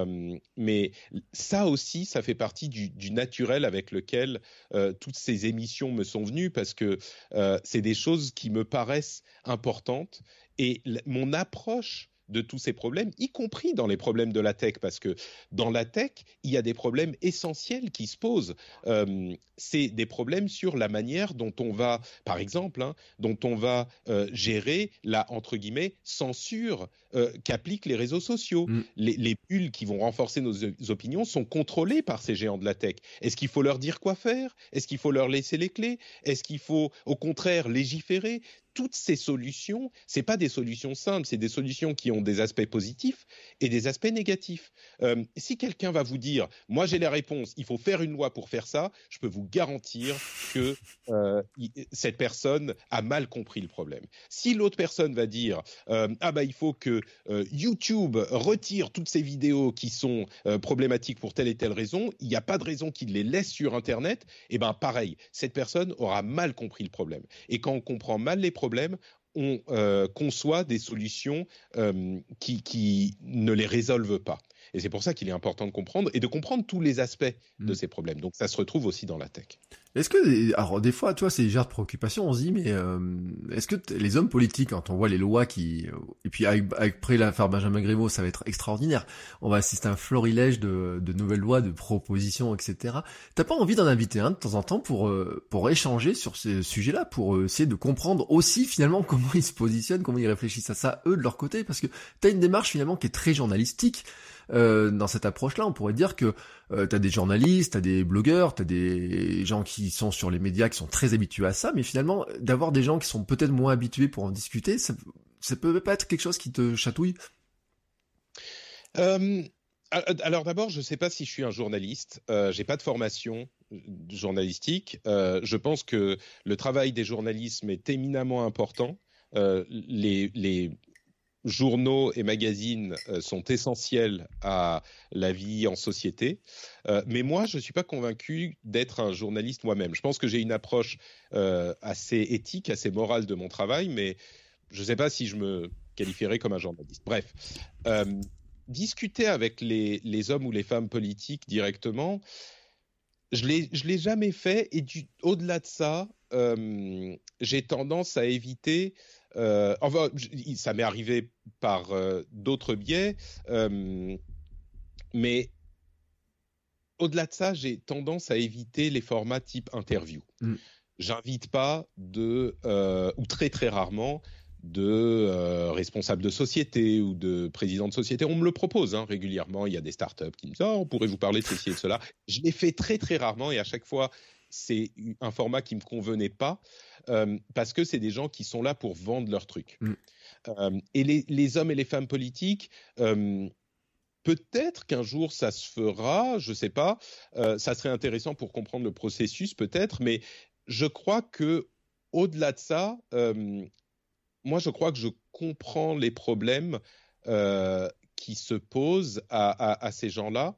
ça aussi, ça fait partie du naturel avec lequel toutes ces émissions me sont venues, parce que c'est des choses qui me paraissent importantes. Et mon approche de tous ces problèmes, y compris dans les problèmes de la tech, parce que dans la tech, il y a des problèmes essentiels qui se posent. C'est des problèmes sur la manière dont on va, par exemple, dont on va gérer la, entre guillemets, censure qu'appliquent les réseaux sociaux. Les bulles qui vont renforcer nos opinions sont contrôlées par ces géants de la tech. Est-ce qu'il faut leur dire quoi faire ? Est-ce qu'il faut leur laisser les clés ? Est-ce qu'il faut, au contraire, légiférer ? Toutes ces solutions, c'est pas des solutions simples, c'est des solutions qui ont des aspects positifs et des aspects négatifs. Si quelqu'un va vous dire, moi j'ai la réponse, il faut faire une loi pour faire ça, je peux vous garantir que cette personne a mal compris le problème. Si l'autre personne va dire, il faut que YouTube retire toutes ces vidéos qui sont problématiques pour telle et telle raison, il n'y a pas de raison qu'il les laisse sur Internet, et ben pareil, cette personne aura mal compris le problème. Et quand on comprend mal les problèmes, on conçoit des solutions qui ne les résolvent pas. Et c'est pour ça qu'il est important de comprendre et de comprendre tous les aspects de ces problèmes. Donc ça se retrouve aussi dans la tech. Est-ce que, alors des fois, tu vois, c'est des genres de préoccupations, on se dit, mais est-ce que les hommes politiques, quand on voit les lois et puis après l'affaire Benjamin Griveaux, ça va être extraordinaire. On va assister à un florilège de nouvelles lois, de propositions, etc. T'as pas envie d'en inviter un de temps en temps pour échanger sur ce sujet-là, pour essayer de comprendre aussi finalement comment ils se positionnent, comment ils réfléchissent à ça eux de leur côté, parce que t'as une démarche finalement qui est très journalistique. Dans cette approche-là, on pourrait dire que t'as des journalistes, t'as des blogueurs, t'as des gens qui sont sur les médias, qui sont très habitués à ça, mais finalement, d'avoir des gens qui sont peut-être moins habitués pour en discuter, ça peut pas être quelque chose qui te chatouille. Alors d'abord, je sais pas si je suis un journaliste, j'ai pas de formation journalistique, je pense que le travail des journalistes est éminemment important, les journaux et magazines sont essentiels à la vie en société, mais moi je suis pas convaincu d'être un journaliste moi-même. Je pense que j'ai une approche assez éthique, assez morale de mon travail, mais je sais pas si je me qualifierais comme un journaliste. Bref, discuter avec les hommes ou les femmes politiques directement, je l'ai jamais fait, et au-delà de ça, j'ai tendance à éviter. Ça m'est arrivé par d'autres biais, mais au-delà de ça, j'ai tendance à éviter les formats type interview. J'invite pas ou très très rarement de responsables de société ou de présidents de société. On me le propose régulièrement. Il y a des startups qui me disent on pourrait vous parler de ceci et de cela. Je l'ai fait très très rarement, et à chaque fois c'est un format qui me convenait pas, parce que c'est des gens qui sont là pour vendre leur truc. Et les hommes et les femmes politiques, peut-être qu'un jour ça se fera, je sais pas, ça serait intéressant pour comprendre le processus peut-être, mais je crois que au-delà de ça, moi je crois que je comprends les problèmes qui se pose à ces gens-là,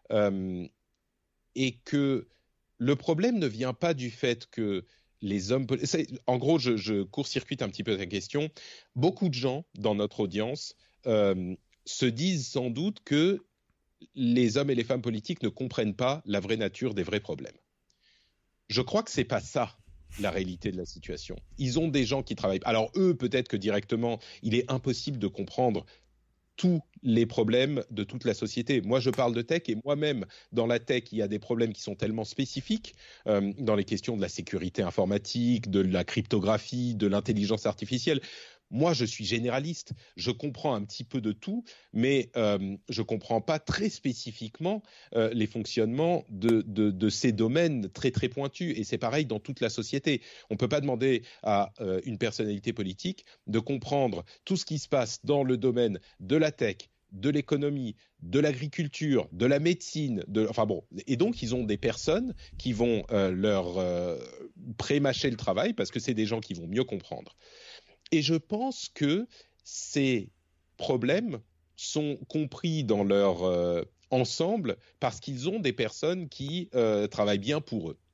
et que le problème ne vient pas du fait que les hommes... En gros, je court-circuite un petit peu ta question. Beaucoup de gens dans notre audience se disent sans doute que les hommes et les femmes politiques ne comprennent pas la vraie nature des vrais problèmes. Je crois que c'est pas ça la réalité de la situation. Ils ont des gens qui travaillent. Alors eux, peut-être que directement, il est impossible de comprendre tous les problèmes de toute la société. Moi, je parle de tech et moi-même, dans la tech, il y a des problèmes qui sont tellement spécifiques dans les questions de la sécurité informatique, de la cryptographie, de l'intelligence artificielle. Moi, je suis généraliste, je comprends un petit peu de tout, mais je ne comprends pas très spécifiquement les fonctionnements de ces domaines très, très pointus. Et c'est pareil dans toute la société. On ne peut pas demander à une personnalité politique de comprendre tout ce qui se passe dans le domaine de la tech, de l'économie, de l'agriculture, de la médecine. Enfin bon, et donc, ils ont des personnes qui vont leur pré-mâcher le travail parce que c'est des gens qui vont mieux comprendre. Et je pense que ces problèmes sont compris dans leur ensemble parce qu'ils ont des personnes qui travaillent bien pour eux.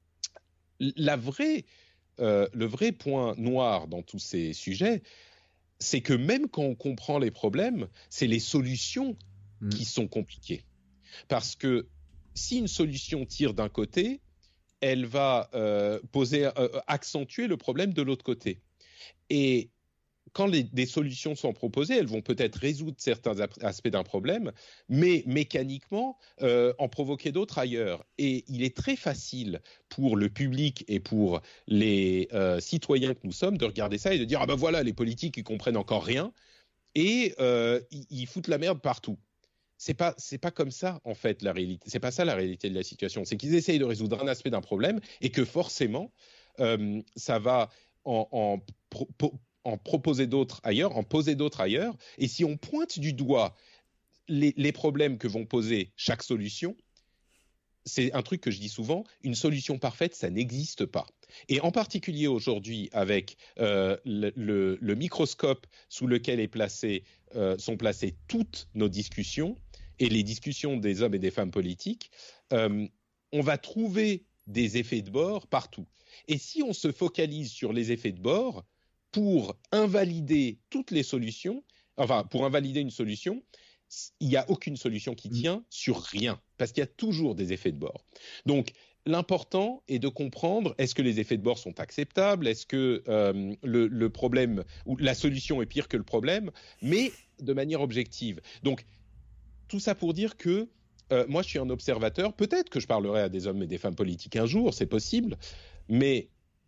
Le vrai point noir dans tous ces sujets, c'est que même quand on comprend les problèmes, c'est les solutions qui sont compliquées. Parce que si une solution tire d'un côté, elle va accentuer le problème de l'autre côté. Et quand des solutions sont proposées, elles vont peut-être résoudre certains aspects d'un problème, mais mécaniquement en provoquer d'autres ailleurs. Et il est très facile pour le public et pour les citoyens que nous sommes de regarder ça et de dire « Ah ben voilà, les politiques, ils comprennent encore rien et ils foutent la merde partout ». C'est pas comme ça, en fait, la réalité. C'est pas ça la réalité de la situation. C'est qu'ils essayent de résoudre un aspect d'un problème et que forcément, ça va en poser d'autres ailleurs. Et si on pointe du doigt les problèmes que vont poser chaque solution, c'est un truc que je dis souvent, une solution parfaite, ça n'existe pas. Et en particulier aujourd'hui, avec le microscope sous lequel sont placées toutes nos discussions et les discussions des hommes et des femmes politiques, on va trouver des effets de bord partout. Et si on se focalise sur les effets de bord pour invalider toutes les solutions, enfin pour invalider une solution, il n'y a aucune solution qui tient sur rien, parce qu'il y a toujours des effets de bord. Donc l'important est de comprendre, est-ce que les effets de bord sont acceptables, est-ce que le problème ou la solution est pire que le problème, mais de manière objective. Donc tout ça pour dire que moi je suis un observateur, peut-être que je parlerai à des hommes et des femmes politiques un jour, c'est possible, mais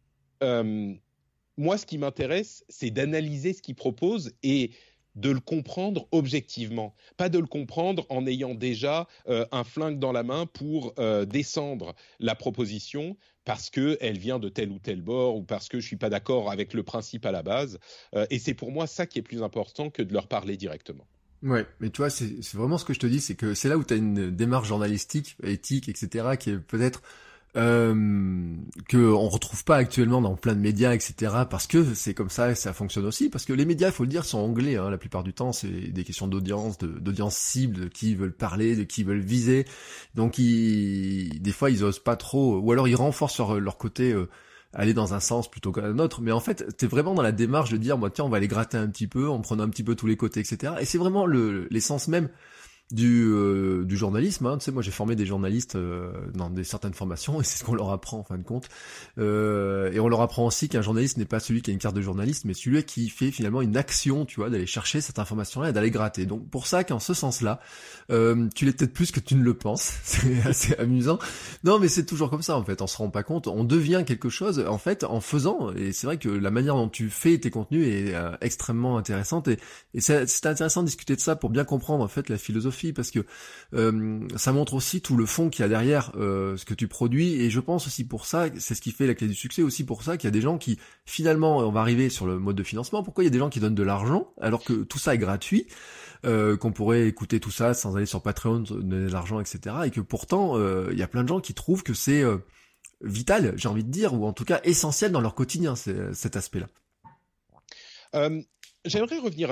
moi ce qui m'intéresse, c'est d'analyser ce qu'ils proposent et de le comprendre objectivement, pas de le comprendre en ayant déjà un flingue dans la main pour descendre la proposition parce qu'elle vient de tel ou tel bord ou parce que je ne suis pas d'accord avec le principe à la base. Et c'est pour moi ça qui est plus important que de leur parler directement. Ouais, mais tu vois, c'est vraiment ce que je te dis, c'est que c'est là où tu as une démarche journalistique, éthique, etc., qui est peut-être que on retrouve pas actuellement dans plein de médias, etc. Parce que c'est comme ça, et ça fonctionne aussi. Parce que les médias, il faut le dire, sont anglais. Hein, la plupart du temps, c'est des questions d'audience, d'audience cible, de qui veulent parler, de qui veulent viser. Donc, des fois, ils osent pas trop, ou alors ils renforcent leur côté. Aller dans un sens plutôt qu'un autre, mais en fait, t'es vraiment dans la démarche de dire, tiens, on va aller gratter un petit peu, en prenant un petit peu tous les côtés, etc. Et c'est vraiment l'essence même du journalisme, hein. Tu sais, moi j'ai formé des journalistes dans certaines formations et c'est ce qu'on leur apprend en fin de compte, et on leur apprend aussi qu'un journaliste n'est pas celui qui a une carte de journaliste, mais celui qui fait finalement une action, tu vois, d'aller chercher cette information-là et d'aller gratter. Donc pour ça qu'en ce sens-là, tu l'es peut-être plus que tu ne le penses. C'est assez amusant. Non, mais c'est toujours comme ça en fait. On se rend pas compte, on devient quelque chose en fait en faisant. Et c'est vrai que la manière dont tu fais tes contenus est extrêmement intéressante et c'est intéressant de discuter de ça pour bien comprendre en fait la philosophie. Parce que ça montre aussi tout le fond qu'il y a derrière ce que tu produis, et je pense aussi pour ça, c'est ce qui fait la clé du succès, aussi pour ça qu'il y a des gens qui, finalement, on va arriver sur le mode de financement, pourquoi il y a des gens qui donnent de l'argent alors que tout ça est gratuit, qu'on pourrait écouter tout ça sans aller sur Patreon, donner de l'argent, etc. Et que pourtant, il y a plein de gens qui trouvent que c'est vital, j'ai envie de dire, ou en tout cas essentiel dans leur quotidien, cet aspect-là. J'aimerais revenir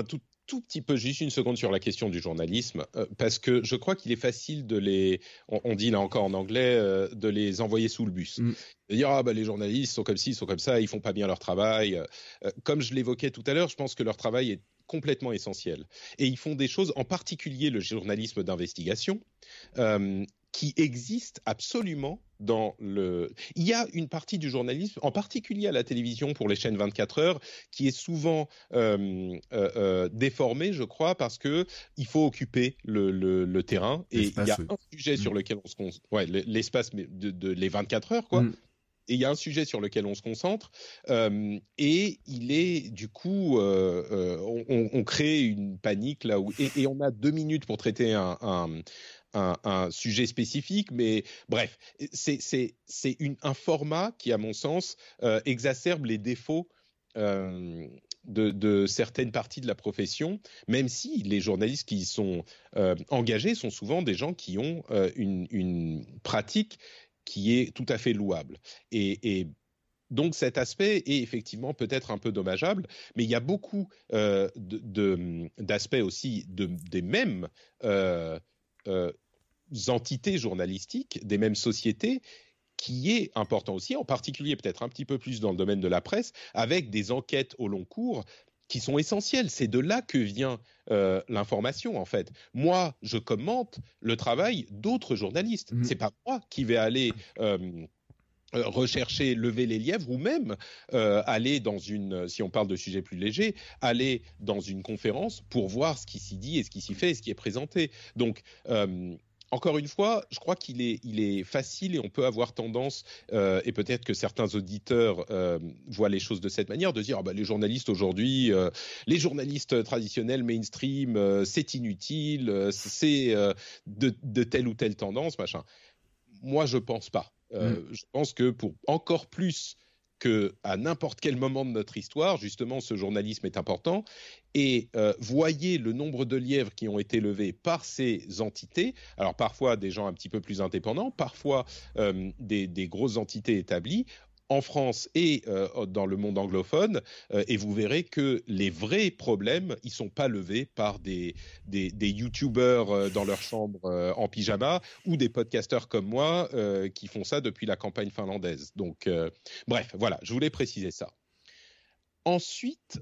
tout petit peu, juste une seconde sur la question du journalisme, parce que je crois qu'il est facile on dit là encore en anglais, de les envoyer sous le bus. De dire, les journalistes sont comme ci, ils sont comme ça, ils font pas bien leur travail. Comme je l'évoquais tout à l'heure, je pense que leur travail est complètement essentiel. Et ils font des choses, en particulier le journalisme d'investigation, qui existe absolument il y a une partie du journalisme, en particulier à la télévision pour les chaînes 24 heures, qui est souvent déformée, je crois, parce que il faut occuper le terrain. Et il y a un sujet sur lequel on se concentre, l'espace les 24 heures, quoi. Et il y a un sujet sur lequel on se concentre, et il est du coup, on crée une panique là où, et on a 2 minutes pour traiter un sujet spécifique, mais bref, c'est un format qui, à mon sens, exacerbe les défauts de certaines parties de la profession, même si les journalistes qui sont engagés sont souvent des gens qui ont une pratique qui est tout à fait louable. Et donc cet aspect est effectivement peut-être un peu dommageable, mais il y a beaucoup d'aspects aussi des mêmes entités journalistiques, des mêmes sociétés, qui est important aussi, en particulier peut-être un petit peu plus dans le domaine de la presse, avec des enquêtes au long cours qui sont essentielles. C'est de là que vient l'information, en fait. Moi, je commente le travail d'autres journalistes. C'est pas moi qui vais aller rechercher, lever les lièvres, ou même aller dans si on parle de sujets plus légers, aller dans une conférence pour voir ce qui s'y dit et ce qui s'y fait et ce qui est présenté. Donc, encore une fois, je crois qu'il est facile, et on peut avoir tendance, et peut-être que certains auditeurs voient les choses de cette manière, de dire les journalistes aujourd'hui, les journalistes traditionnels mainstream, c'est inutile, c'est de telle ou telle tendance, machin. Moi, je pense pas. Je pense que pour encore plus qu'à n'importe quel moment de notre histoire, justement, ce journalisme est important. Et voyez le nombre de lièvres qui ont été levés par ces entités. Alors parfois des gens un petit peu plus indépendants, parfois des grosses entités établies, en France et dans le monde anglophone, et vous verrez que les vrais problèmes, ils sont pas levés par des youtubeurs dans leur chambre en pyjama, ou des podcasteurs comme moi qui font ça depuis la campagne finlandaise. Donc bref, voilà, je voulais préciser ça. Ensuite,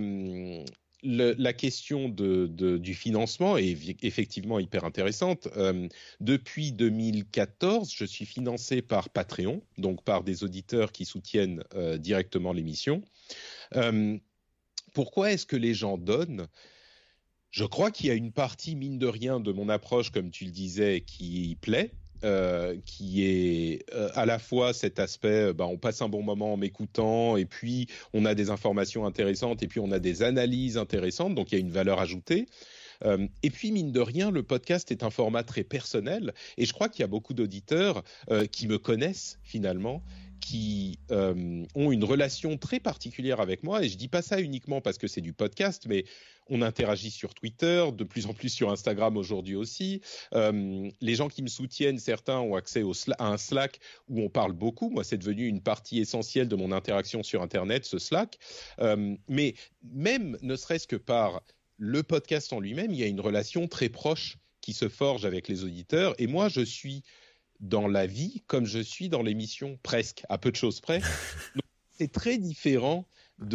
la question du financement est effectivement hyper intéressante. Depuis 2014, je suis financé par Patreon, donc par des auditeurs qui soutiennent directement l'émission. Pourquoi est-ce que les gens donnent ? Je crois qu'il y a une partie, mine de rien, de mon approche, comme tu le disais, qui plaît. Qui est à la fois cet aspect, on passe un bon moment en m'écoutant, et puis on a des informations intéressantes, et puis on a des analyses intéressantes, donc il y a une valeur ajoutée. Et puis, mine de rien, le podcast est un format très personnel, et je crois qu'il y a beaucoup d'auditeurs qui me connaissent finalement, qui ont une relation très particulière avec moi, et je dis pas ça uniquement parce que c'est du podcast, mais on interagit sur Twitter, de plus en plus sur Instagram aujourd'hui aussi. Les gens qui me soutiennent, certains ont accès à un Slack où on parle beaucoup. Moi, c'est devenu une partie essentielle de mon interaction sur Internet, ce Slack. Mais même, ne serait-ce que par le podcast en lui-même, il y a une relation très proche qui se forge avec les auditeurs. Et moi, je suis dans la vie comme je suis dans l'émission, presque, à peu de choses près. Donc, c'est très différent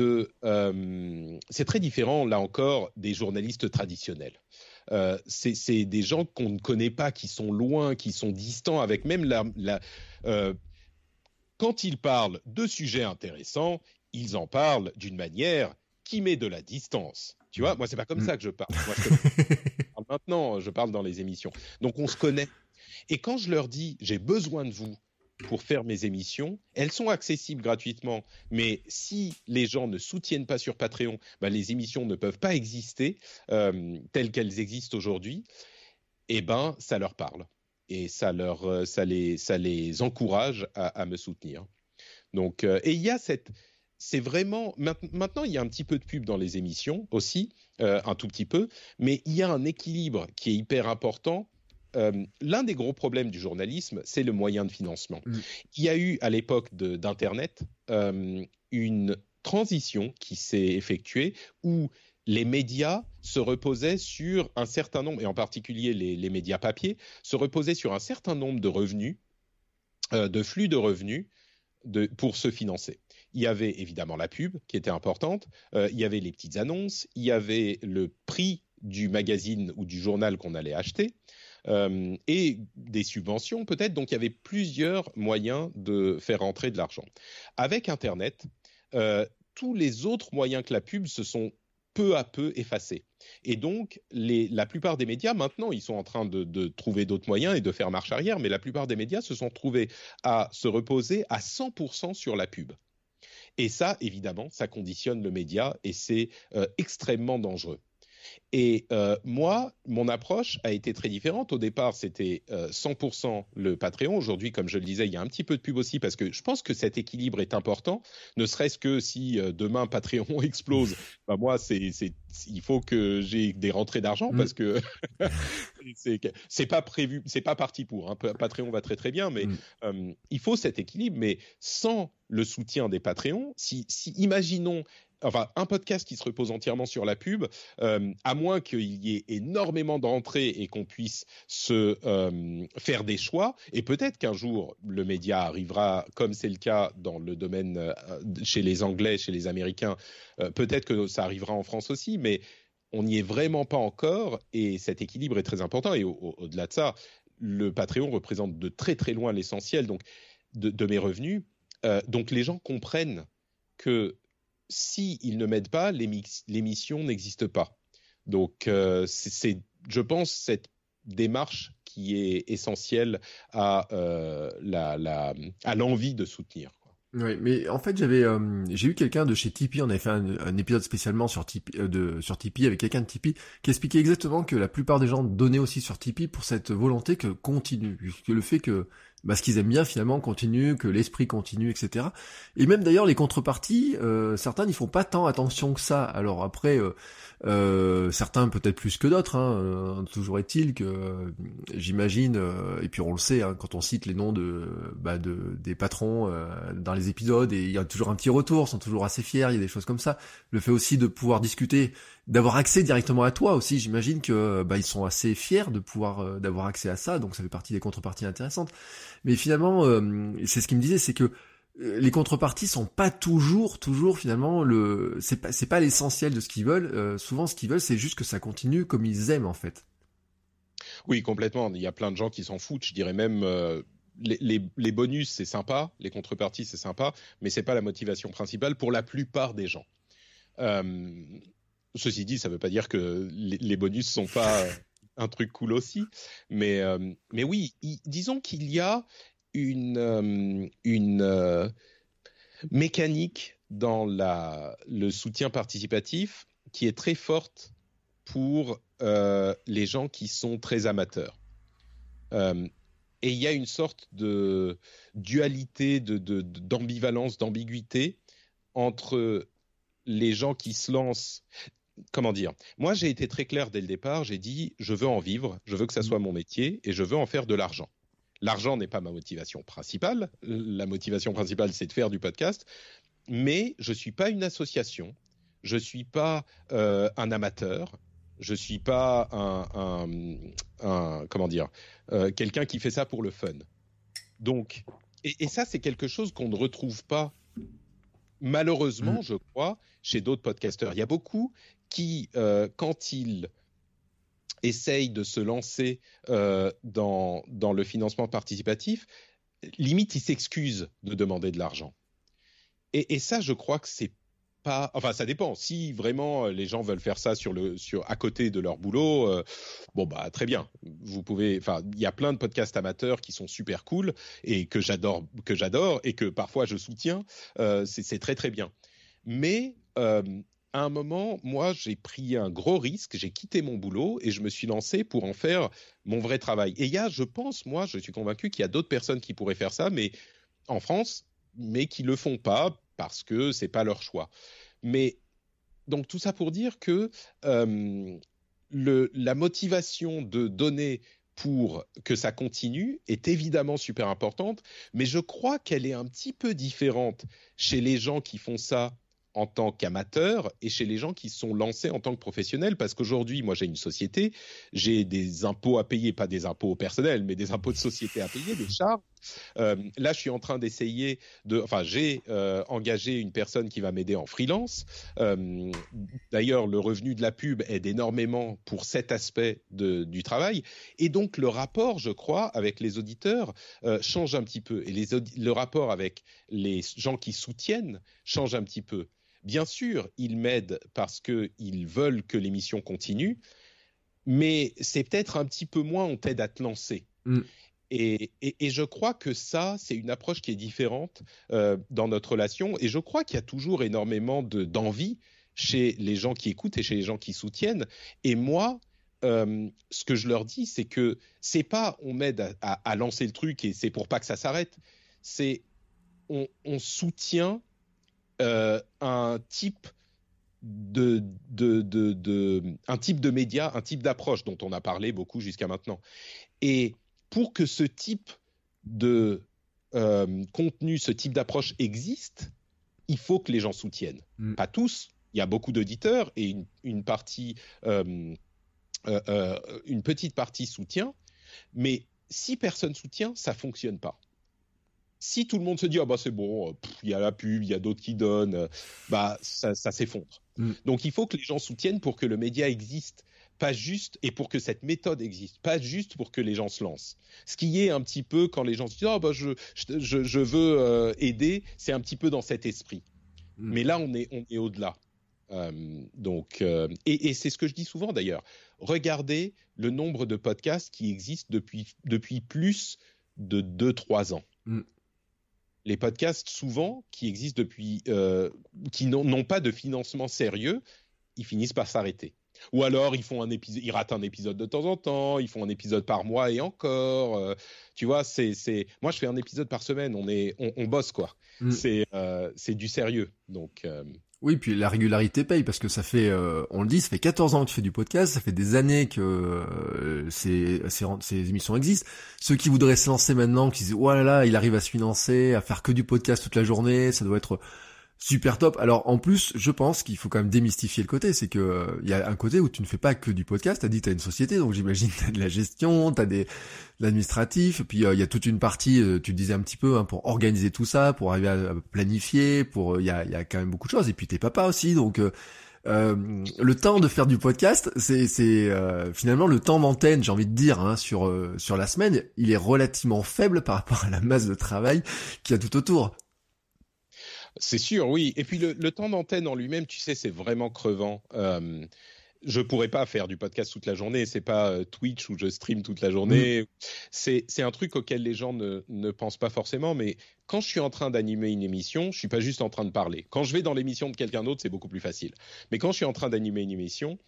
c'est très différent, là encore, des journalistes traditionnels. C'est des gens qu'on ne connaît pas, qui sont loin, qui sont distants, avec même quand ils parlent de sujets intéressants, ils en parlent d'une manière qui met de la distance. Tu vois, moi, c'est pas comme ça que je parle. Moi, maintenant, je parle dans les émissions. Donc, on se connaît. Et quand je leur dis, j'ai besoin de vous pour faire mes émissions, elles sont accessibles gratuitement. Mais si les gens ne soutiennent pas sur Patreon, les émissions ne peuvent pas exister telles qu'elles existent aujourd'hui. Et ça leur parle. Et ça les encourage à me soutenir. Donc, et il y a c'est vraiment... Maintenant, il y a un petit peu de pub dans les émissions aussi, un tout petit peu, mais il y a un équilibre qui est hyper important. L'un des gros problèmes du journalisme, c'est le moyen de financement. Il y a eu, à l'époque d'Internet, une transition qui s'est effectuée où les médias se reposaient sur un certain nombre, et en particulier les médias papier, se reposaient sur un certain nombre de revenus, de flux de revenus pour se financer. Il y avait évidemment la pub qui était importante, il y avait les petites annonces, il y avait le prix du magazine ou du journal qu'on allait acheter, et des subventions peut-être. Donc il y avait plusieurs moyens de faire rentrer de l'argent. Avec Internet, tous les autres moyens que la pub se sont peu à peu effacés. Et donc, la plupart des médias, maintenant, ils sont en train de trouver d'autres moyens et de faire marche arrière, mais la plupart des médias se sont trouvés à se reposer à 100% sur la pub. Et ça, évidemment, ça conditionne le média et c'est extrêmement dangereux. Et moi, mon approche a été très différente. Au départ, c'était 100% le Patreon. Aujourd'hui, comme je le disais, il y a un petit peu de pub aussi parce que je pense que cet équilibre est important. Ne serait-ce que si demain Patreon explose, bah moi, il faut que j'ai des rentrées d'argent parce que c'est pas prévu, c'est pas parti pour. Hein. Patreon va très très bien, mais il faut cet équilibre. Mais sans le soutien des Patreons, imaginons. Enfin, un podcast qui se repose entièrement sur la pub, à moins qu'il y ait énormément d'entrées et qu'on puisse se faire des choix, et peut-être qu'un jour le média arrivera, comme c'est le cas dans le domaine chez les Anglais, chez les Américains, peut-être que ça arrivera en France aussi, mais on n'y est vraiment pas encore, et cet équilibre est très important. Et au-delà de ça, le Patreon représente de très très loin l'essentiel donc de mes revenus. Donc les gens comprennent que s'ils ne m'aident pas, l'émission n'existe pas. Donc, c'est, je pense, cette démarche qui est essentielle à l'envie de soutenir. Oui, mais en fait, j'ai eu quelqu'un de chez Tipeee, on avait fait un épisode spécialement sur Tipeee avec quelqu'un de Tipeee qui expliquait exactement que la plupart des gens donnaient aussi sur Tipeee pour cette volonté que continue, que le fait que ce qu'ils aiment bien finalement continue, que l'esprit continue, etc. Et même d'ailleurs les contreparties, certains n'y font pas tant attention que ça. Alors après, certains peut-être plus que d'autres, hein, toujours est-il que j'imagine, et puis on le sait, hein, quand on cite les noms des patrons dans les épisodes, et il y a toujours un petit retour, ils sont toujours assez fiers, il y a des choses comme ça. Le fait aussi de pouvoir discuter, d'avoir accès directement à toi aussi, j'imagine que ils sont assez fiers de pouvoir d'avoir accès à ça, donc ça fait partie des contreparties intéressantes. Mais finalement, c'est ce qu'il me disait, c'est que les contreparties sont pas toujours finalement c'est pas l'essentiel de ce qu'ils veulent. Souvent, ce qu'ils veulent, c'est juste que ça continue comme ils aiment en fait. Oui, complètement. Il y a plein de gens qui s'en foutent. Je dirais même les bonus, c'est sympa, les contreparties, c'est sympa, mais c'est pas la motivation principale pour la plupart des gens. Ceci dit, ça veut pas dire que les bonus sont pas un truc cool aussi, mais oui, disons qu'il y a une mécanique dans le soutien participatif qui est très forte pour les gens qui sont très amateurs. Et il y a une sorte de dualité, d'ambivalence, d'ambiguïté entre les gens qui se lancent. Comment dire ? Moi, j'ai été très clair dès le départ. J'ai dit, je veux en vivre, je veux que ça soit mon métier et je veux en faire de l'argent. L'argent n'est pas ma motivation principale. La motivation principale, c'est de faire du podcast. Mais je suis pas une association. Je suis pas un amateur. Je suis pas quelqu'un qui fait ça pour le fun. Donc, et ça, c'est quelque chose qu'on ne retrouve pas, malheureusement, je crois, chez d'autres podcasteurs. Il y a beaucoup qui, quand ils essayent de se lancer dans le financement participatif, limite, ils s'excusent de demander de l'argent. Et ça, je crois que c'est pas... Enfin, ça dépend. Si vraiment les gens veulent faire ça à côté de leur boulot, très bien. Vous pouvez... Enfin, il y a plein de podcasts amateurs qui sont super cool et que j'adore et que parfois je soutiens. C'est très, très bien. Mais... à un moment, moi, j'ai pris un gros risque, j'ai quitté mon boulot et je me suis lancé pour en faire mon vrai travail. Et il y a, je pense, moi, je suis convaincu qu'il y a d'autres personnes qui pourraient faire ça, mais en France, mais qui le font pas parce que c'est pas leur choix. Mais donc tout ça pour dire que la motivation de donner pour que ça continue est évidemment super importante, mais je crois qu'elle est un petit peu différente chez les gens qui font ça en tant qu'amateur et chez les gens qui se sont lancés en tant que professionnels. Parce qu'aujourd'hui, moi, j'ai une société, j'ai des impôts à payer, pas des impôts personnels, mais des impôts de société à payer, des charges. Là, je suis en train d'essayer j'ai engagé une personne qui va m'aider en freelance. D'ailleurs, le revenu de la pub aide énormément pour cet aspect du travail. Et donc, le rapport, je crois, avec les auditeurs change un petit peu. Et le rapport avec les gens qui soutiennent change un petit peu. Bien sûr, ils m'aident parce qu'ils veulent que l'émission continue, mais c'est peut-être un petit peu moins on t'aide à te lancer. Et je crois que ça, c'est une approche qui est différente dans notre relation. Et je crois qu'il y a toujours énormément d'envie chez les gens qui écoutent et chez les gens qui soutiennent. Et moi, ce que je leur dis, c'est que c'est pas on m'aide à lancer le truc et c'est pour pas que ça s'arrête. C'est on soutient un type un type de média, un type d'approche dont on a parlé beaucoup jusqu'à maintenant. Et pour que ce type de contenu, ce type d'approche existe, il faut que les gens soutiennent. Pas tous, il y a beaucoup d'auditeurs et une petite partie soutient, mais si personne soutient, ça fonctionne pas. Si tout le monde se dit c'est bon, il y a la pub, il y a d'autres qui donnent, ça s'effondre. Donc il faut que les gens soutiennent pour que le média existe, pas juste, et pour que cette méthode existe, pas juste pour que les gens se lancent. Ce qui est un petit peu quand les gens se disent je veux aider, c'est un petit peu dans cet esprit. Mais là on est au-delà. Et c'est ce que je dis souvent d'ailleurs. Regardez le nombre de podcasts qui existent depuis plus de 2-3 ans. Les podcasts, souvent, qui existent depuis, qui n'ont pas de financement sérieux, ils finissent par s'arrêter. Ou alors, ils ratent un épisode de temps en temps, ils font un épisode par mois et encore. Tu vois, moi, je fais un épisode par semaine, on bosse, quoi. C'est du sérieux, donc... Oui, puis la régularité paye, parce que ça fait, on le dit, ça fait 14 ans que tu fais du podcast, ça fait des années que ces émissions existent. Ceux qui voudraient se lancer maintenant, qui disent « Oh là là, il arrive à se financer, à faire que du podcast toute la journée, ça doit être super top ». Alors en plus, je pense qu'il faut quand même démystifier le côté, c'est que il y a un côté où tu ne fais pas que du podcast, t'as dit que t'as une société, donc j'imagine que t'as de la gestion, t'as de l'administratif, puis il y a toute une partie, tu le disais un petit peu, pour organiser tout ça, pour arriver à planifier, il y a quand même beaucoup de choses, et puis t'es papa aussi, donc le temps de faire du podcast, c'est finalement le temps d'antenne, j'ai envie de dire, sur la semaine, il est relativement faible par rapport à la masse de travail qu'il y a tout autour. C'est sûr, oui. Et puis le temps d'antenne en lui-même, tu sais, c'est vraiment crevant. Je pourrais pas faire du podcast toute la journée. C'est pas Twitch où je stream toute la journée. C'est un truc auquel les gens ne pensent pas forcément. Mais quand je suis en train d'animer une émission, je suis pas juste en train de parler. Quand je vais dans l'émission de quelqu'un d'autre, c'est beaucoup plus facile. Mais quand je suis en train d'animer une émission,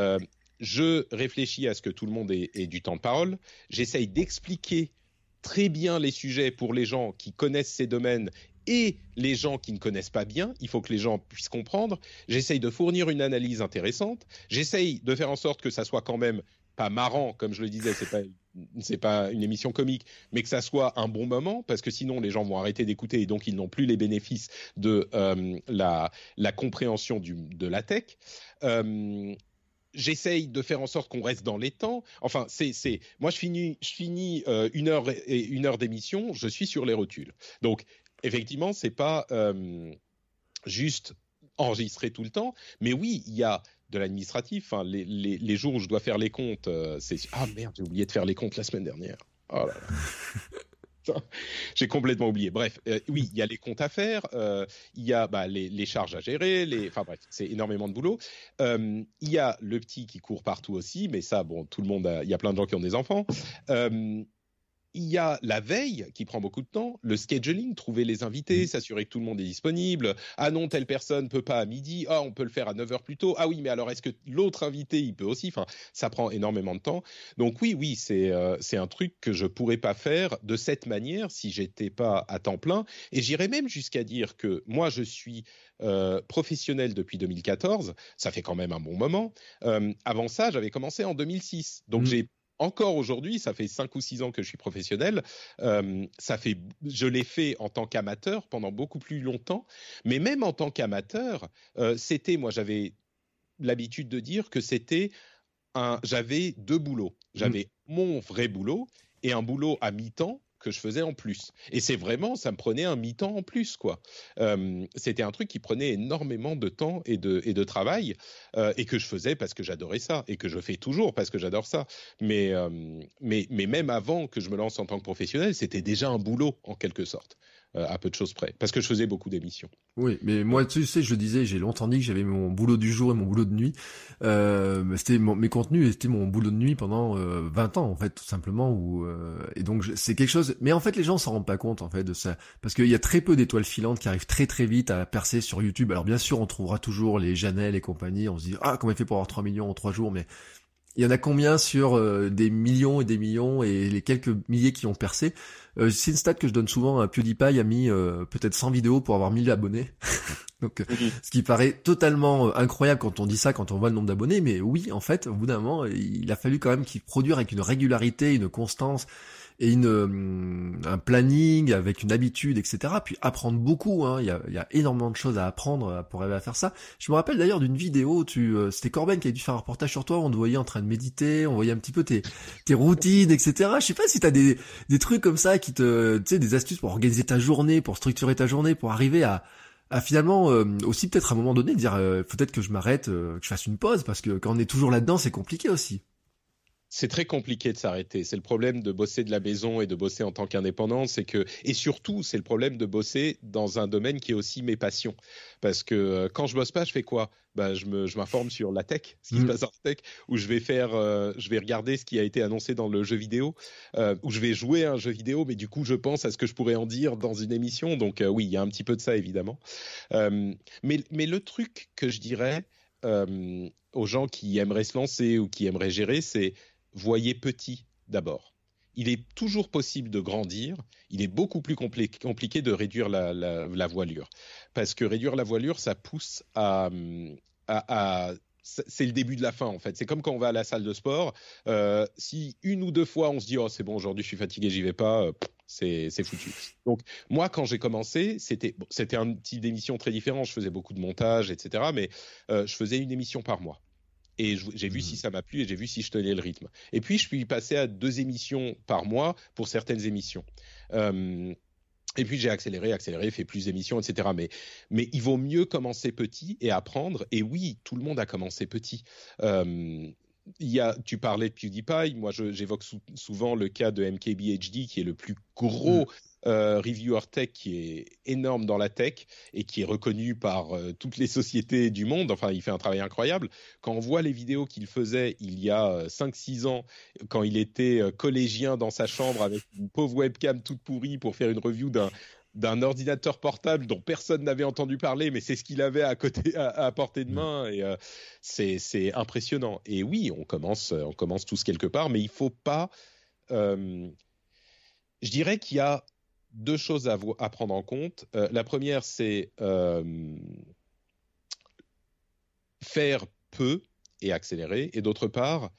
je réfléchis à ce que tout le monde ait du temps de parole. J'essaye d'expliquer très bien les sujets pour les gens qui connaissent ces domaines et les gens qui ne connaissent pas bien. Il faut que les gens puissent comprendre. J'essaye de fournir une analyse intéressante. J'essaye de faire en sorte que ça soit quand même pas marrant, comme je le disais, c'est pas une émission comique, mais que ça soit un bon moment, parce que sinon les gens vont arrêter d'écouter et donc ils n'ont plus les bénéfices de la compréhension de la tech. J'essaye de faire en sorte qu'on reste dans les temps. Enfin, moi je finis 1 heure d'émission, je suis sur les rotules. Donc effectivement, c'est pas juste enregistrer tout le temps, mais oui, il y a de l'administratif. Hein, les jours où je dois faire les comptes, merde, j'ai oublié de faire les comptes la semaine dernière. Oh là là. J'ai complètement oublié. Bref, oui, il y a les comptes à faire, il y a les charges à gérer, enfin bref, c'est énormément de boulot. Il y a le petit qui court partout aussi, mais ça, bon, tout le monde, il y a plein de gens qui ont des enfants. Il y a la veille qui prend beaucoup de temps, le scheduling, trouver les invités, s'assurer que tout le monde est disponible. Ah non, telle personne peut pas à midi. Ah, on peut le faire à 9h plus tôt. Ah oui, mais alors est-ce que l'autre invité, il peut aussi? Enfin, ça prend énormément de temps. Donc oui, c'est un truc que je pourrais pas faire de cette manière si j'étais pas à temps plein. Et j'irais même jusqu'à dire que moi, je suis professionnel depuis 2014. Ça fait quand même un bon moment. Avant ça, j'avais commencé en 2006. Donc j'ai encore aujourd'hui, ça fait 5 ou 6 ans que je suis professionnel. Je l'ai fait en tant qu'amateur pendant beaucoup plus longtemps. Mais même en tant qu'amateur, moi, j'avais l'habitude de dire que j'avais 2 boulots. J'avais mon vrai boulot et un boulot à mi-temps que je faisais en plus. Et ça me prenait un mi-temps en plus, quoi. C'était un truc qui prenait énormément de temps et de travail, et que je faisais parce que j'adorais ça, et que je fais toujours parce que j'adore ça. Mais même avant que je me lance en tant que professionnel, c'était déjà un boulot, en quelque sorte. À peu de choses près, parce que je faisais beaucoup d'émissions. Oui, mais moi, tu sais, j'ai longtemps dit que j'avais mon boulot du jour et mon boulot de nuit. C'était mes contenus, et c'était mon boulot de nuit pendant 20 ans, en fait, tout simplement. Et donc, c'est quelque chose... Mais en fait, les gens s'en rendent pas compte, en fait, de ça. Parce qu'il y a très peu d'étoiles filantes qui arrivent très très vite à percer sur YouTube. Alors, bien sûr, on trouvera toujours les Janelle et compagnie. On se dit, comment il fait pour avoir 3 millions en 3 jours, mais... Il y en a combien sur des millions et des millions et les quelques milliers qui ont percé? C'est une stat que je donne souvent. PewDiePie a mis peut-être 100 vidéos pour avoir 1000 abonnés. Donc, ce qui paraît totalement incroyable quand on dit ça, quand on voit le nombre d'abonnés. Mais oui, en fait, au bout d'un moment, il a fallu quand même qu'il produise avec une régularité, une constance et un planning avec une habitude, etc. Puis apprendre beaucoup, hein. Il y a énormément de choses à apprendre pour arriver à faire ça. Je me rappelle d'ailleurs d'une vidéo, c'était Corben qui a dû faire un reportage sur toi, on te voyait en train de méditer, on voyait un petit peu tes routines, etc. Je sais pas si t'as des trucs comme ça tu sais, des astuces pour organiser ta journée, pour structurer ta journée, pour arriver à finalement aussi peut-être à un moment donné dire peut-être que je m'arrête, que je fasse une pause, parce que quand on est toujours là-dedans, c'est compliqué aussi. C'est très compliqué de s'arrêter. C'est le problème de bosser de la maison et de bosser en tant qu'indépendant. Et surtout, c'est le problème de bosser dans un domaine qui est aussi mes passions. Parce que quand je bosse pas, je fais quoi? Je m'informe sur la tech, ce qui se passe en tech, ou je vais regarder ce qui a été annoncé dans le jeu vidéo, ou je vais jouer à un jeu vidéo, mais du coup, je pense à ce que je pourrais en dire dans une émission. Donc oui, il y a un petit peu de ça, évidemment. Mais le truc que je dirais aux gens qui aimeraient se lancer ou qui aimeraient gérer, c'est voyez petit d'abord. Il est toujours possible de grandir. Il est beaucoup plus compliqué de réduire la voilure. Parce que réduire la voilure, ça pousse c'est le début de la fin, en fait. C'est comme quand on va à la salle de sport. Si 1 ou 2 fois, on se dit « Oh, c'est bon, aujourd'hui, je suis fatigué, j'y vais pas », c'est foutu. Donc, moi, quand j'ai commencé, c'était un type d'émission très différent. Je faisais beaucoup de montage, etc. Mais je faisais une émission par mois. Et j'ai vu si ça m'a plu et j'ai vu si je tenais le rythme. Et puis, je suis passé à 2 émissions par mois pour certaines émissions. Et puis, j'ai accéléré, fait plus d'émissions, etc. Mais il vaut mieux commencer petit et apprendre. Et oui, tout le monde a commencé petit. Tu parlais de PewDiePie. Moi, j'évoque souvent le cas de MKBHD, qui est le plus gros reviewer tech, qui est énorme dans la tech et qui est reconnu par toutes les sociétés du monde. Enfin, il fait un travail incroyable. Quand on voit les vidéos qu'il faisait il y a 5-6 ans, quand il était collégien dans sa chambre avec une pauvre webcam toute pourrie pour faire une review d'un ordinateur portable dont personne n'avait entendu parler, mais c'est ce qu'il avait à côté, à portée de main, et c'est impressionnant. Et oui, on commence tous quelque part, mais il faut pas. Je dirais qu'il y a 2 choses à prendre en compte. La première, c'est faire peu et accélérer, et d'autre part,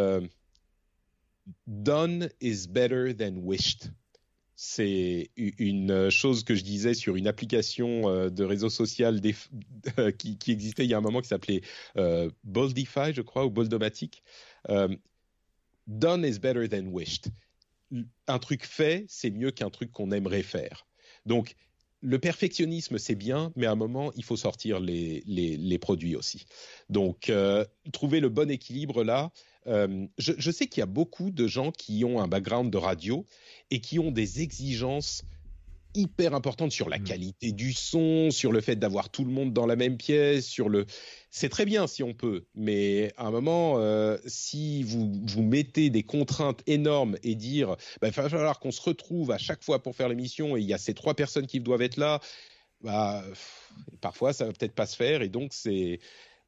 done is better than wished. C'est une chose que je disais sur une application de réseau social qui existait il y a un moment, qui s'appelait Boldify, je crois, ou Boldomatic. Done is better than wished. Un truc fait, c'est mieux qu'un truc qu'on aimerait faire. Donc, le perfectionnisme, c'est bien, mais à un moment, il faut sortir les produits aussi. Donc, trouver le bon équilibre là. Je sais qu'il y a beaucoup de gens qui ont un background de radio et qui ont des exigences hyper importante sur la qualité du son, sur le fait d'avoir tout le monde dans la même pièce, c'est très bien si on peut, mais à un moment, si vous mettez des contraintes énormes et dire il va falloir qu'on se retrouve à chaque fois pour faire l'émission et il y a ces 3 personnes qui doivent être là, parfois ça va peut-être pas se faire, et donc c'est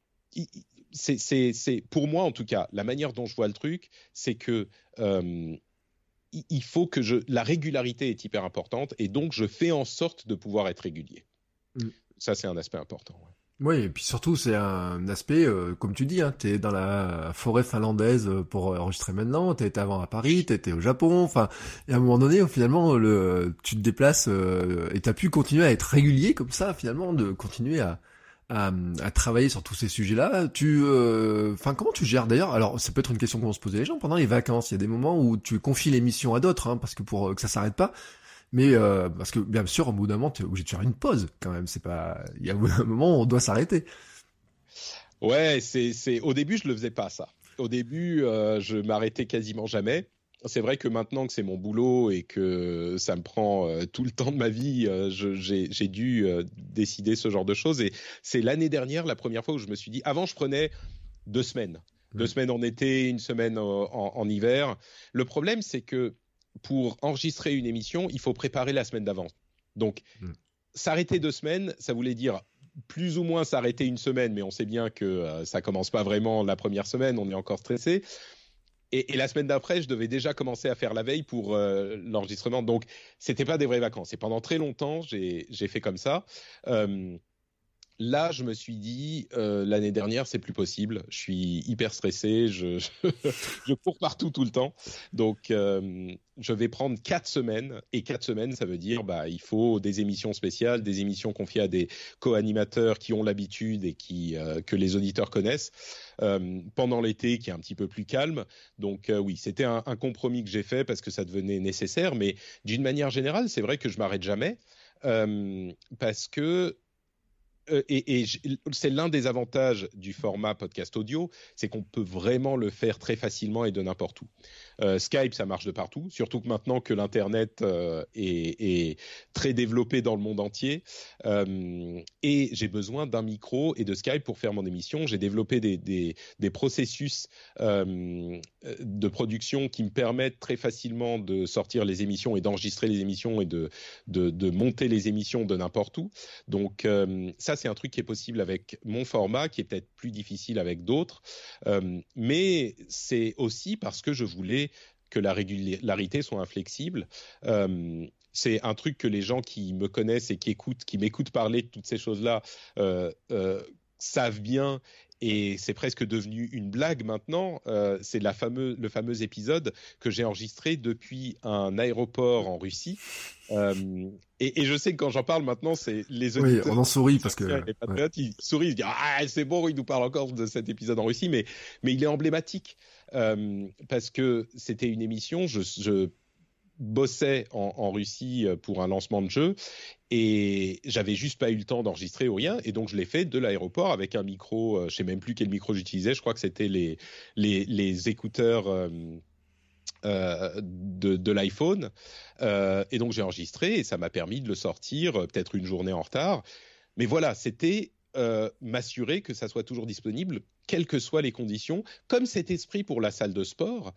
pour moi en tout cas, la manière dont je vois le truc, c'est que il faut que la régularité est hyper importante, et donc je fais en sorte de pouvoir être régulier. Ça, c'est un aspect important. Ouais. Oui, et puis surtout, c'est un aspect, comme tu dis, hein, t'es dans la forêt finlandaise pour enregistrer maintenant, t'étais avant à Paris, t'étais au Japon, enfin, et à un moment donné, finalement, tu te déplaces et t'as pu continuer à être régulier comme ça, finalement, de continuer à travailler sur tous ces sujets-là. Comment tu gères d'ailleurs? Alors, ça peut être une question qu'on se posait les gens pendant les vacances. Il y a des moments où tu confies l'émission à d'autres, hein, parce que pour que ça s'arrête pas. Mais parce que bien sûr, au bout d'un moment, t'es obligé de faire une pause quand même. C'est pas, il y a un moment où on doit s'arrêter. Ouais, au début, je le faisais pas ça. Au début, je m'arrêtais quasiment jamais. C'est vrai que maintenant que c'est mon boulot et que ça me prend tout le temps de ma vie, j'ai dû décider ce genre de choses. Et c'est l'année dernière, la première fois où je me suis dit. Avant, je prenais 2 semaines, 2 semaines en été, 1 semaine en hiver. Le problème, c'est que pour enregistrer une émission, il faut préparer la semaine d'avance. Donc, s'arrêter 2 semaines, ça voulait dire plus ou moins s'arrêter 1 semaine, mais on sait bien que ça commence pas vraiment la première semaine, on est encore stressé. Et la semaine d'après, je devais déjà commencer à faire la veille pour l'enregistrement. Donc, c'était pas des vraies vacances. Et pendant très longtemps, j'ai fait comme ça. Là, je me suis dit, l'année dernière, c'est plus possible. Je suis hyper stressé, je cours partout tout le temps. Donc, je vais prendre 4 semaines. Et 4 semaines, ça veut dire, il faut des émissions spéciales, des émissions confiées à des co-animateurs qui ont l'habitude et que les auditeurs connaissent. Pendant l'été, qui est un petit peu plus calme. Donc, oui, c'était un compromis que j'ai fait parce que ça devenait nécessaire. Mais d'une manière générale, c'est vrai que je m'arrête jamais parce que c'est l'un des avantages du format podcast audio, c'est qu'on peut vraiment le faire très facilement et de n'importe où. Skype, ça marche de partout, surtout que maintenant que l'Internet est très développé dans le monde entier. Et j'ai besoin d'un micro et de Skype pour faire mon émission. J'ai développé des processus de production qui me permettent très facilement de sortir les émissions et d'enregistrer les émissions et de monter les émissions de n'importe où. Donc ça, c'est un truc qui est possible avec mon format, qui est peut-être plus difficile avec d'autres. Mais c'est aussi parce que je voulais que la régularité soit inflexible. C'est un truc que les gens qui me connaissent et qui m'écoutent parler de toutes ces choses-là savent bien. Et c'est presque devenu une blague maintenant. C'est le fameux épisode que j'ai enregistré depuis un aéroport en Russie. Et je sais que quand j'en parle maintenant, c'est les auditeurs. Oui, on en sourit parce que les patriotes, ils sourient, ils disent c'est bon, il nous parle encore de cet épisode en Russie, mais il est emblématique parce que c'était une émission. Je bossais en Russie pour un lancement de jeu et j'avais juste pas eu le temps d'enregistrer ou rien, et donc je l'ai fait de l'aéroport avec un micro. Je sais même plus quel micro j'utilisais. Je crois que c'était les écouteurs. De l'iPhone et donc j'ai enregistré et ça m'a permis de le sortir peut-être une journée en retard, mais voilà, c'était m'assurer que ça soit toujours disponible quelles que soient les conditions, comme cet esprit pour la salle de sport.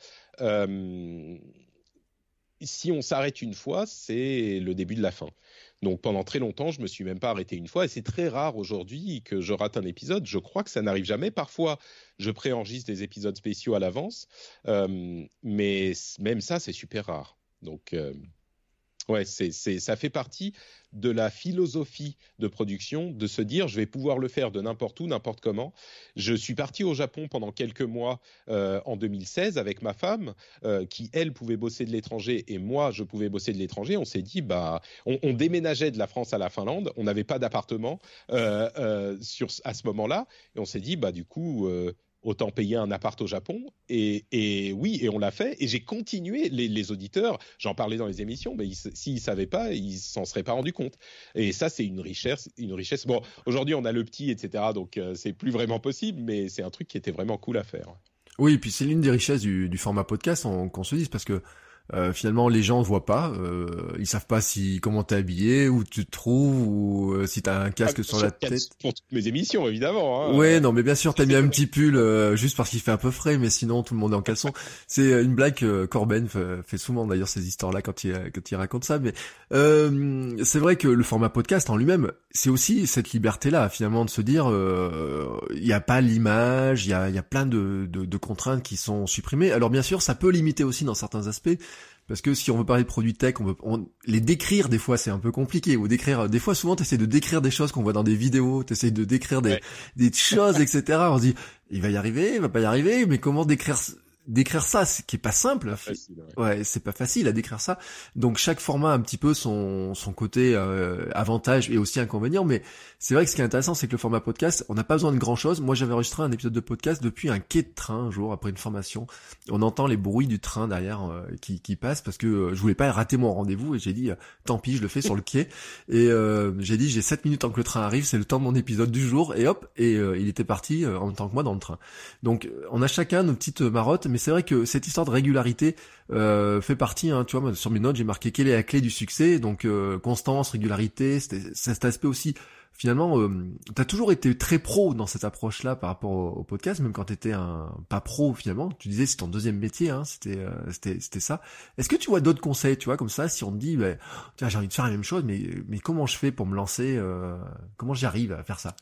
Si on s'arrête une fois, c'est le début de la fin. Donc pendant très longtemps, je me suis même pas arrêté une fois, et c'est très rare aujourd'hui que je rate un épisode. Je crois que ça n'arrive jamais. Parfois, je préenregistre des épisodes spéciaux à l'avance, mais même ça, c'est super rare. Donc ouais, ça fait partie de la philosophie de production, de se dire je vais pouvoir le faire de n'importe où, n'importe comment. Je suis parti au Japon pendant quelques mois en 2016 avec ma femme qui, elle, pouvait bosser de l'étranger et moi, je pouvais bosser de l'étranger. On s'est dit, on déménageait de la France à la Finlande. On n'avait pas d'appartement à ce moment-là. Et on s'est dit, du coup... autant payer un appart au Japon, et oui, et on l'a fait, et j'ai continué. Les auditeurs, j'en parlais dans les émissions, mais s'ils savaient pas, ils s'en seraient pas rendus compte. Et ça, c'est une richesse. Bon, aujourd'hui, on a le petit, etc., donc c'est plus vraiment possible, mais c'est un truc qui était vraiment cool à faire. Oui, et puis c'est l'une des richesses du format podcast, qu'on se dise, parce que finalement les gens ne voient pas, ils savent pas comment t'es habillé, où tu te trouves, ou si t'as un casque sur la tête. Pour toutes mes émissions, évidemment. Hein. Ouais, non, mais bien sûr, t'as mis un petit pull juste parce qu'il fait un peu frais, mais sinon tout le monde est en caleçon. C'est une blague que Corben fait souvent d'ailleurs, ces histoires-là quand il raconte ça. Mais c'est vrai que le format podcast en lui-même, c'est aussi cette liberté-là finalement de se dire, il y a pas l'image, il y a plein de contraintes qui sont supprimées. Alors bien sûr, ça peut limiter aussi dans certains aspects. Parce que si on veut parler de produits tech, les décrire des fois c'est un peu compliqué. Ou décrire, des fois souvent t'essaies de décrire des choses qu'on voit dans des vidéos, t'essaies de décrire des choses, etc. On se dit, il va y arriver, il va pas y arriver, mais comment décrire ça, ce qui est pas simple. Facile, ouais, c'est pas facile à décrire ça. Donc chaque format a un petit peu son côté avantage et aussi inconvénient, mais c'est vrai que ce qui est intéressant, c'est que le format podcast, on n'a pas besoin de grand chose. Moi, j'avais enregistré un épisode de podcast depuis un quai de train un jour après une formation. On entend les bruits du train derrière qui passe parce que je voulais pas rater mon rendez-vous et j'ai dit tant pis, je le fais sur le quai. Et j'ai dit j'ai 7 minutes tant que le train arrive, c'est le temps de mon épisode du jour et hop, et il était parti en même temps que moi dans le train. Donc on a chacun nos petites marottes, mais c'est vrai que cette histoire de régularité fait partie, hein, tu vois, moi, sur mes notes j'ai marqué quelle est la clé du succès, donc constance, régularité, c'était cet aspect aussi. Finalement, t'as toujours été très pro dans cette approche-là par rapport au podcast, même quand t'étais pas pro finalement. Tu disais c'est ton deuxième métier, hein, c'était ça. Est-ce que tu vois d'autres conseils, tu vois, comme ça, si on te dit, tiens, j'ai envie de faire la même chose, mais comment je fais pour me lancer, comment j'y arrive à faire ça?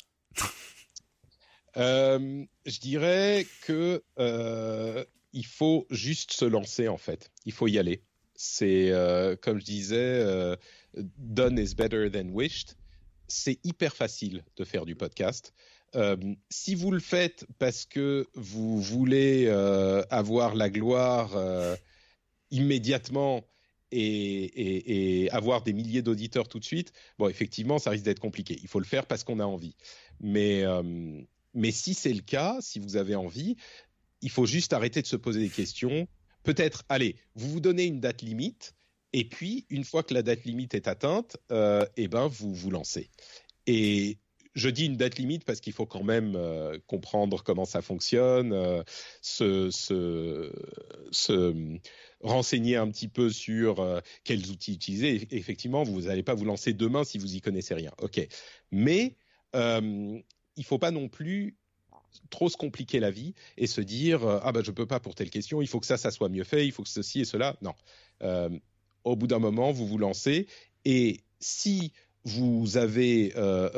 Je dirais que il faut juste se lancer en fait. Il faut y aller. C'est comme je disais, done is better than wished. C'est hyper facile de faire du podcast. Si vous le faites parce que vous voulez avoir la gloire immédiatement et avoir des milliers d'auditeurs tout de suite, bon, effectivement, ça risque d'être compliqué. Il faut le faire parce qu'on a envie. Mais si c'est le cas, si vous avez envie, il faut juste arrêter de se poser des questions. Peut-être, allez, vous vous donnez une date limite. Et puis, une fois que la date limite est atteinte, vous vous lancez. Et je dis une date limite parce qu'il faut quand même comprendre comment ça fonctionne, se renseigner un petit peu sur quels outils utiliser. Et effectivement, vous n'allez pas vous lancer demain si vous n'y connaissez rien. OK. Mais il ne faut pas non plus trop se compliquer la vie et se dire je peux pas pour telle question, il faut que ça soit mieux fait, il faut que ceci et cela. Non. Au bout d'un moment, vous vous lancez et si vous allez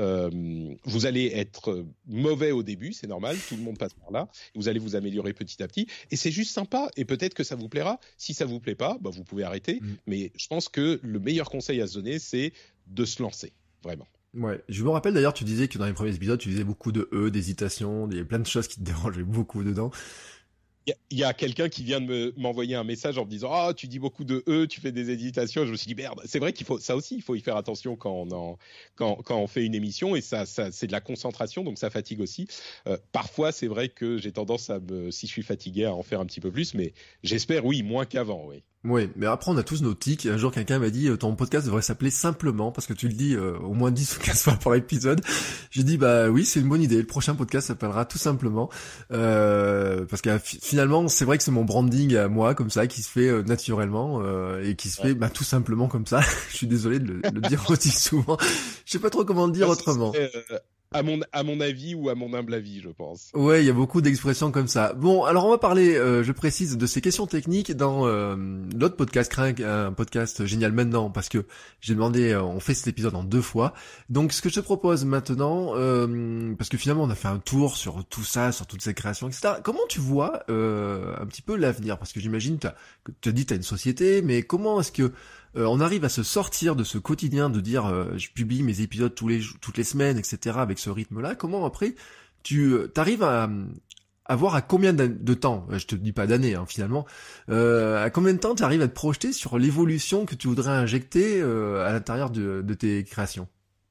être mauvais au début, c'est normal, tout le monde passe par là. Vous allez vous améliorer petit à petit et c'est juste sympa et peut-être que ça vous plaira. Si ça vous plaît pas, vous pouvez arrêter. Mais je pense que le meilleur conseil à se donner, c'est de se lancer, vraiment. Ouais, je me rappelle d'ailleurs, tu disais que dans les premiers épisodes, tu disais beaucoup de d'hésitation, il y a plein de choses qui te dérangeaient beaucoup dedans. Il y a quelqu'un qui vient de m'envoyer un message en me disant tu dis beaucoup de tu fais des hésitations. Je me suis dit merde, c'est vrai qu'il faut ça aussi, il faut y faire attention quand on fait une émission et ça c'est de la concentration donc ça fatigue aussi. Parfois c'est vrai que j'ai tendance si je suis fatigué à en faire un petit peu plus, mais j'espère moins qu'avant, oui. Oui, mais après on a tous nos tics. Un jour quelqu'un m'a dit ton podcast devrait s'appeler Simplement parce que tu le dis au moins 10 ou 15 fois par épisode. J'ai dit oui, c'est une bonne idée. Le prochain podcast s'appellera tout simplement parce que finalement c'est vrai que c'est mon branding à moi comme ça qui se fait naturellement et qui se fait tout simplement comme ça. Je suis désolé de le dire aussi souvent. Je sais pas trop comment le dire autrement. À mon avis ou à mon humble avis, je pense. Ouais, il y a beaucoup d'expressions comme ça. Bon, alors on va parler, je précise, de ces questions techniques dans l'autre podcast, un podcast génial maintenant, parce que j'ai demandé, on fait cet épisode en 2 fois. Donc, ce que je te propose maintenant, parce que finalement on a fait un tour sur tout ça, sur toutes ces créations, etc. Comment tu vois un petit peu l'avenir? Parce que j'imagine, tu as dit t'as une société, mais comment est-ce que on arrive à se sortir de ce quotidien de dire je publie mes épisodes toutes les semaines, etc. avec ce rythme-là. Comment après tu t'arrives à voir à combien de temps, je te dis pas d'années finalement, à combien de temps tu arrives à te projeter sur l'évolution que tu voudrais injecter à l'intérieur de tes créations?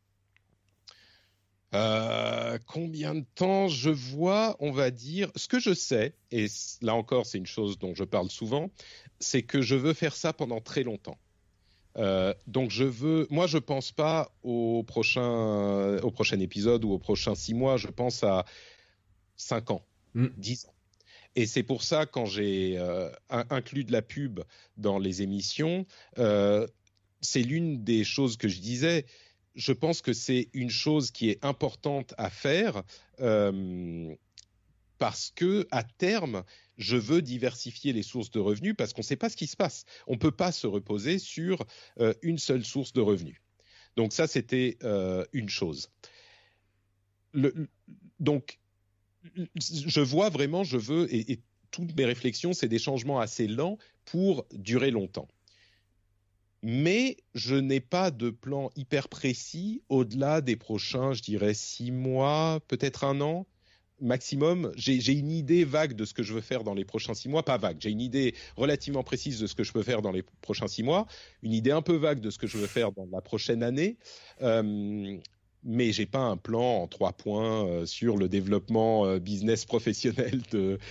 Combien de temps je vois, on va dire, ce que je sais, et là encore c'est une chose dont je parle souvent, c'est que je veux faire ça pendant très longtemps. Donc je pense pas au prochain épisode ou au prochain 6 mois, je pense à 5 ans, 10 ans. Et c'est pour ça quand j'ai inclus de la pub dans les émissions, c'est l'une des choses que je disais. Je pense que c'est une chose qui est importante à faire parce que à terme, je veux diversifier les sources de revenus parce qu'on ne sait pas ce qui se passe. On ne peut pas se reposer sur une seule source de revenus. Donc ça, c'était une chose. Donc, je vois vraiment, je veux, et toutes mes réflexions, c'est des changements assez lents pour durer longtemps. Mais je n'ai pas de plan hyper précis au-delà des prochains, je dirais 6 mois, peut-être 1 an maximum. J'ai une idée vague de ce que je veux faire dans les prochains 6 mois, pas vague. J'ai une idée relativement précise de ce que je peux faire dans les prochains 6 mois, une idée un peu vague de ce que je veux faire dans la prochaine année. Mais j'ai pas un plan en 3 points sur le développement business professionnel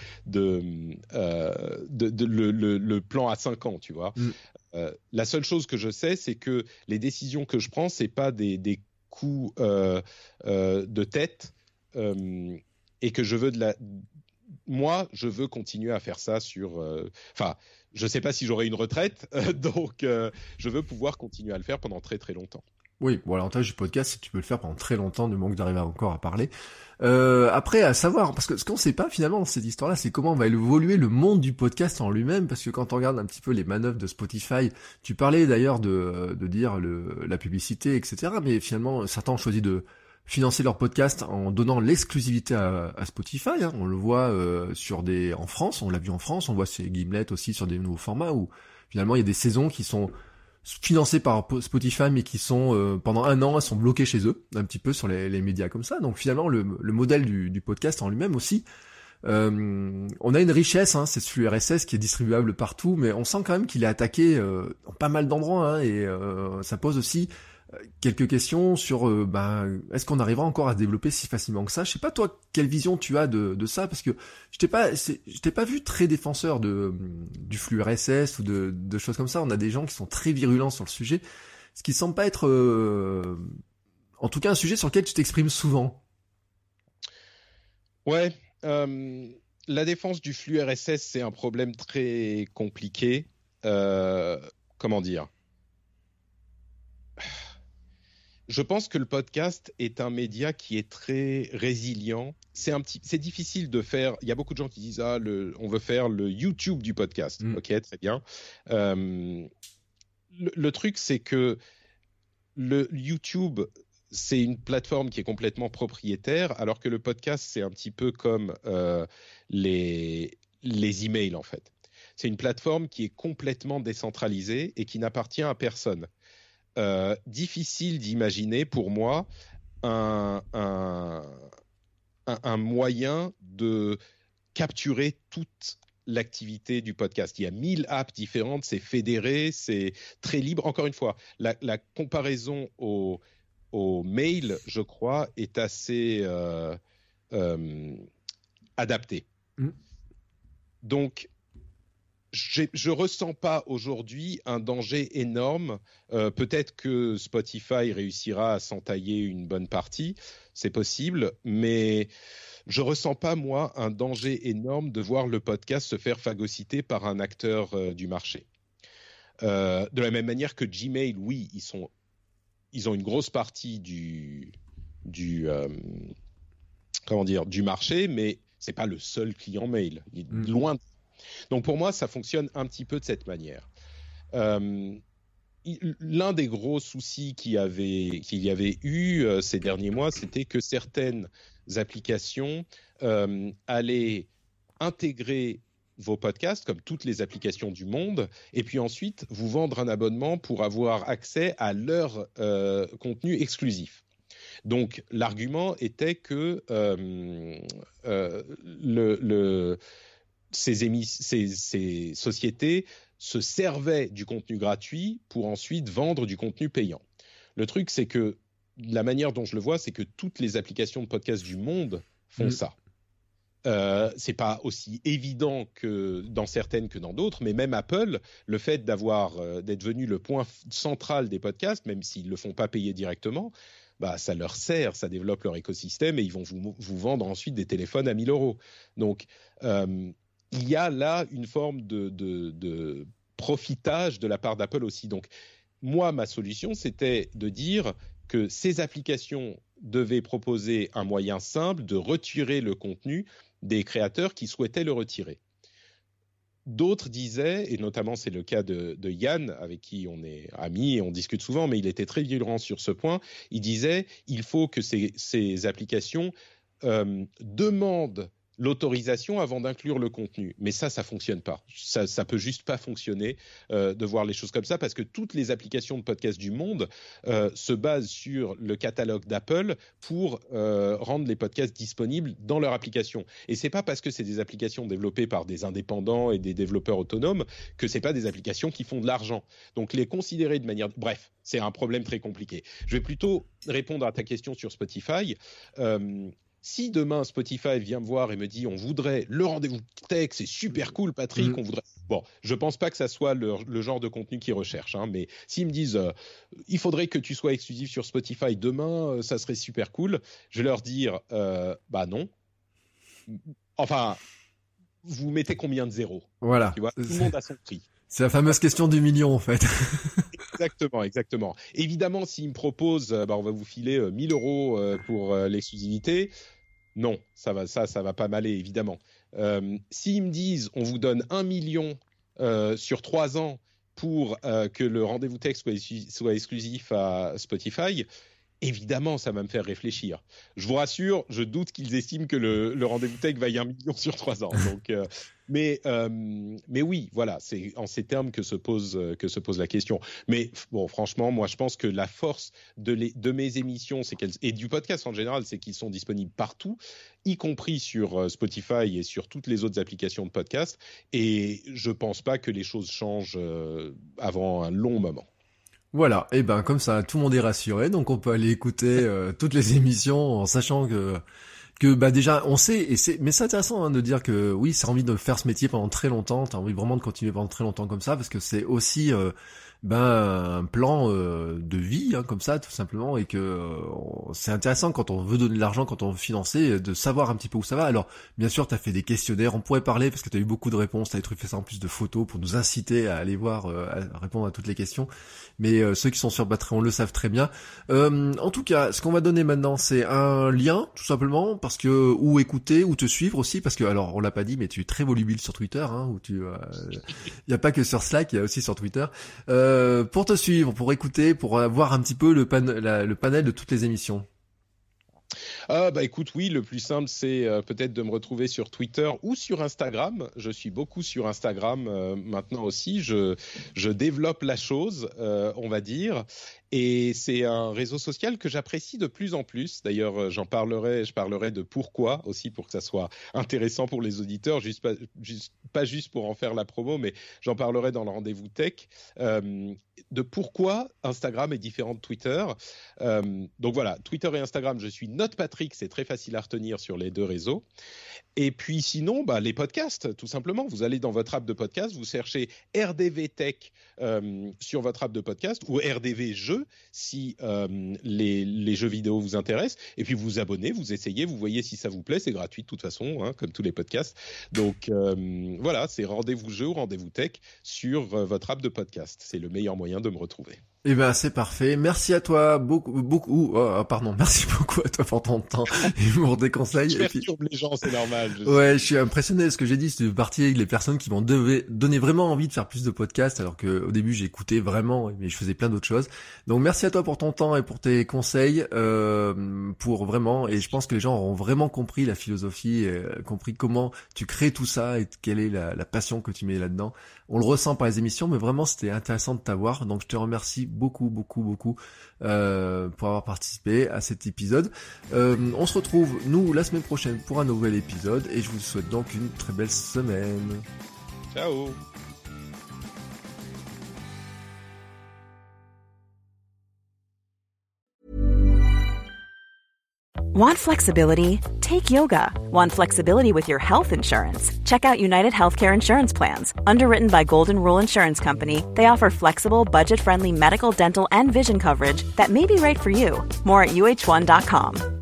le plan à 5 ans, tu vois. La seule chose que je sais, c'est que les décisions que je prends, c'est pas des coups de tête et que je veux moi, je veux continuer à faire ça sur. Enfin, je sais pas si j'aurai une retraite, donc je veux pouvoir continuer à le faire pendant très très longtemps. Oui, bon, l'avantage du podcast, c'est que tu peux le faire pendant très longtemps, du moment que d'arriver encore à parler. Après, à savoir, parce que ce qu'on sait pas finalement dans cette histoire-là, c'est comment va évoluer le monde du podcast en lui-même, parce que quand on regarde un petit peu les manœuvres de Spotify, tu parlais d'ailleurs de dire la publicité, etc., mais finalement, certains ont choisi de financer leur podcast en donnant l'exclusivité à Spotify, hein. On le voit en France, on l'a vu en France, on voit ces Gimlet aussi sur des nouveaux formats où finalement il y a des saisons qui sont financés par Spotify mais qui sont pendant 1 an elles sont bloquées chez eux un petit peu sur les médias comme ça. Donc finalement le modèle du podcast en lui-même aussi, on a une richesse, hein, c'est ce flux RSS qui est distribuable partout, mais on sent quand même qu'il est attaqué dans pas mal d'endroits, hein, et ça pose aussi quelques questions sur est-ce qu'on arrivera encore à se développer si facilement que ça. Je sais pas toi quelle vision tu as de ça, parce que je t'ai pas vu très défenseur du flux RSS ou de choses comme ça. On a des gens qui sont très virulents sur le sujet, ce qui semble pas être en tout cas un sujet sur lequel tu t'exprimes souvent. Ouais, la défense du flux RSS, c'est un problème très compliqué. Comment dire ? Je pense que le podcast est un média qui est très résilient. C'est difficile de faire. Il y a beaucoup de gens qui disent on veut faire le YouTube du podcast. Ok, très bien. Le truc, c'est que le YouTube, c'est une plateforme qui est complètement propriétaire, alors que le podcast, c'est un petit peu comme les emails en fait. C'est une plateforme qui est complètement décentralisée et qui n'appartient à personne. Difficile d'imaginer pour moi un moyen de capturer toute l'activité du podcast. Il y a 1000 apps différentes, c'est fédéré, c'est très libre. Encore une fois, la comparaison au mail, je crois, est assez adaptée. Donc, je ressens pas aujourd'hui un danger énorme. Peut-être que Spotify réussira à s'entailler une bonne partie, c'est possible, mais je ressens pas moi un danger énorme de voir le podcast se faire phagocyter par un acteur du marché. De la même manière que Gmail, oui, ils ont une grosse partie du marché, mais c'est pas le seul client mail. Loin de... Donc pour moi, ça fonctionne un petit peu de cette manière. L'un des gros soucis qu'il y avait eu ces derniers mois, c'était que certaines applications allaient intégrer vos podcasts, comme toutes les applications du monde, et puis ensuite vous vendre un abonnement pour avoir accès à leur contenu exclusif. Donc l'argument était que ces sociétés se servaient du contenu gratuit pour ensuite vendre du contenu payant. Le truc, c'est que la manière dont je le vois, c'est que toutes les applications de podcast du monde font ça. C'est pas aussi évident que dans certaines que dans d'autres, mais même Apple, le fait d'être devenu le point central des podcasts, même s'ils le font pas payer directement, ça leur sert, ça développe leur écosystème et ils vont vous vendre ensuite des téléphones à 1 000 €. Donc il y a là une forme de profitage de la part d'Apple aussi. Donc, moi, ma solution, c'était de dire que ces applications devaient proposer un moyen simple de retirer le contenu des créateurs qui souhaitaient le retirer. D'autres disaient, et notamment c'est le cas de Yann, avec qui on est amis et on discute souvent, mais il était très virulent sur ce point, il disait il faut que ces applications demandent l'autorisation avant d'inclure le contenu. Mais ça fonctionne pas. Ça peut juste pas fonctionner de voir les choses comme ça, parce que toutes les applications de podcast du monde se basent sur le catalogue d'Apple pour rendre les podcasts disponibles dans leur application. Et c'est pas parce que c'est des applications développées par des indépendants et des développeurs autonomes que c'est pas des applications qui font de l'argent. Donc les considérer de manière... Bref, c'est un problème très compliqué. Je vais plutôt répondre à ta question sur Spotify. Si demain Spotify vient me voir et me dit on voudrait le rendez-vous tech, c'est super cool Patrick, on voudrait... Bon, je pense pas que ça soit le genre de contenu qu'ils recherchent, hein, mais s'ils me disent il faudrait que tu sois exclusif sur Spotify demain, ça serait super cool, je vais leur dire bah non. Enfin, vous mettez combien de zéros ? Voilà. Tu vois, tout le monde a son prix. C'est la fameuse question du million en fait. Exactement. Évidemment, s'ils me proposent, on va vous filer 1 000 € pour l'exclusivité, non, ça va pas m'aller, évidemment. S'ils me disent, on vous donne 1 million sur 3 ans pour que le rendez-vous tech soit exclusif à Spotify, évidemment, ça va me faire réfléchir. Je vous rassure, je doute qu'ils estiment que le rendez-vous tech vaille 1 million sur 3 ans. Donc, mais oui, voilà, c'est en ces termes que se pose la question. Mais bon, franchement, moi, je pense que la force de mes émissions, et du podcast en général, c'est qu'ils sont disponibles partout, y compris sur Spotify et sur toutes les autres applications de podcast. Et je pense pas que les choses changent avant un long moment. Voilà, et ben comme ça tout le monde est rassuré, donc on peut aller écouter toutes les émissions en sachant que bah déjà on sait, mais c'est intéressant hein, de dire que oui, c'est envie de faire ce métier pendant très longtemps, t'as envie vraiment de continuer pendant très longtemps comme ça, parce que c'est aussi un plan de vie hein, comme ça tout simplement, et que c'est intéressant quand on veut donner de l'argent, quand on veut financer, de savoir un petit peu où ça va. Alors bien sûr t'as fait des questionnaires, on pourrait parler parce que t'as eu beaucoup de réponses, t'as fait ça en plus de photos pour nous inciter à aller voir, à répondre à toutes les questions, mais ceux qui sont sur Patreon le savent très bien. En tout cas, ce qu'on va donner maintenant, c'est un lien tout simplement, parce que où écouter, où te suivre aussi, parce que alors on l'a pas dit, mais tu es très volubile sur Twitter, hein, où tu y a pas que sur Slack, il y a aussi sur Twitter. Pour te suivre, pour écouter, pour avoir un petit peu le panel de toutes les émissions. Écoute, oui, le plus simple, c'est peut-être de me retrouver sur Twitter ou sur Instagram. Je suis beaucoup sur Instagram maintenant aussi. Je développe la chose, on va dire. Et c'est un réseau social que j'apprécie de plus en plus. D'ailleurs, je parlerai de pourquoi aussi, pour que ça soit intéressant pour les auditeurs, pas juste pour en faire la promo, mais j'en parlerai dans le rendez-vous tech, de pourquoi Instagram est différent de Twitter. Donc voilà, Twitter et Instagram, je suis NotePatrick, c'est très facile à retenir sur les deux réseaux. Et puis sinon, les podcasts, tout simplement. Vous allez dans votre app de podcast, vous cherchez RDV Tech sur votre app de podcast, ou RDV Jeux si les jeux vidéo vous intéressent. Et puis vous vous abonnez, vous essayez, vous voyez si ça vous plaît. C'est gratuit de toute façon, hein, comme tous les podcasts. Donc voilà, c'est Rendez-vous Jeux ou Rendez-vous Tech sur votre app de podcast. C'est le meilleur moyen de me retrouver. Eh ben c'est parfait. Merci à toi merci beaucoup à toi pour ton temps et pour tes conseils. Je perturbe les gens, c'est normal. Ouais, je suis impressionné de ce que j'ai dit. C'est parti avec les personnes qui m'ont donné vraiment envie de faire plus de podcasts, alors que au début j'écoutais vraiment, mais je faisais plein d'autres choses. Donc merci à toi pour ton temps et pour tes conseils, pour vraiment. Et je pense que les gens auront vraiment compris la philosophie, compris comment tu crées tout ça et quelle est la passion que tu mets là-dedans. On le ressent par les émissions, mais vraiment c'était intéressant de t'avoir. Donc je te remercie beaucoup pour avoir participé à cet épisode. On se retrouve nous la semaine prochaine pour un nouvel épisode, et je vous souhaite donc une très belle semaine. Ciao. Want flexibility? Take yoga. Want flexibility with your health insurance? Check out United Healthcare Insurance Plans. Underwritten by Golden Rule Insurance Company, they offer flexible, budget-friendly medical, dental, and vision coverage that may be right for you. More at uh1.com.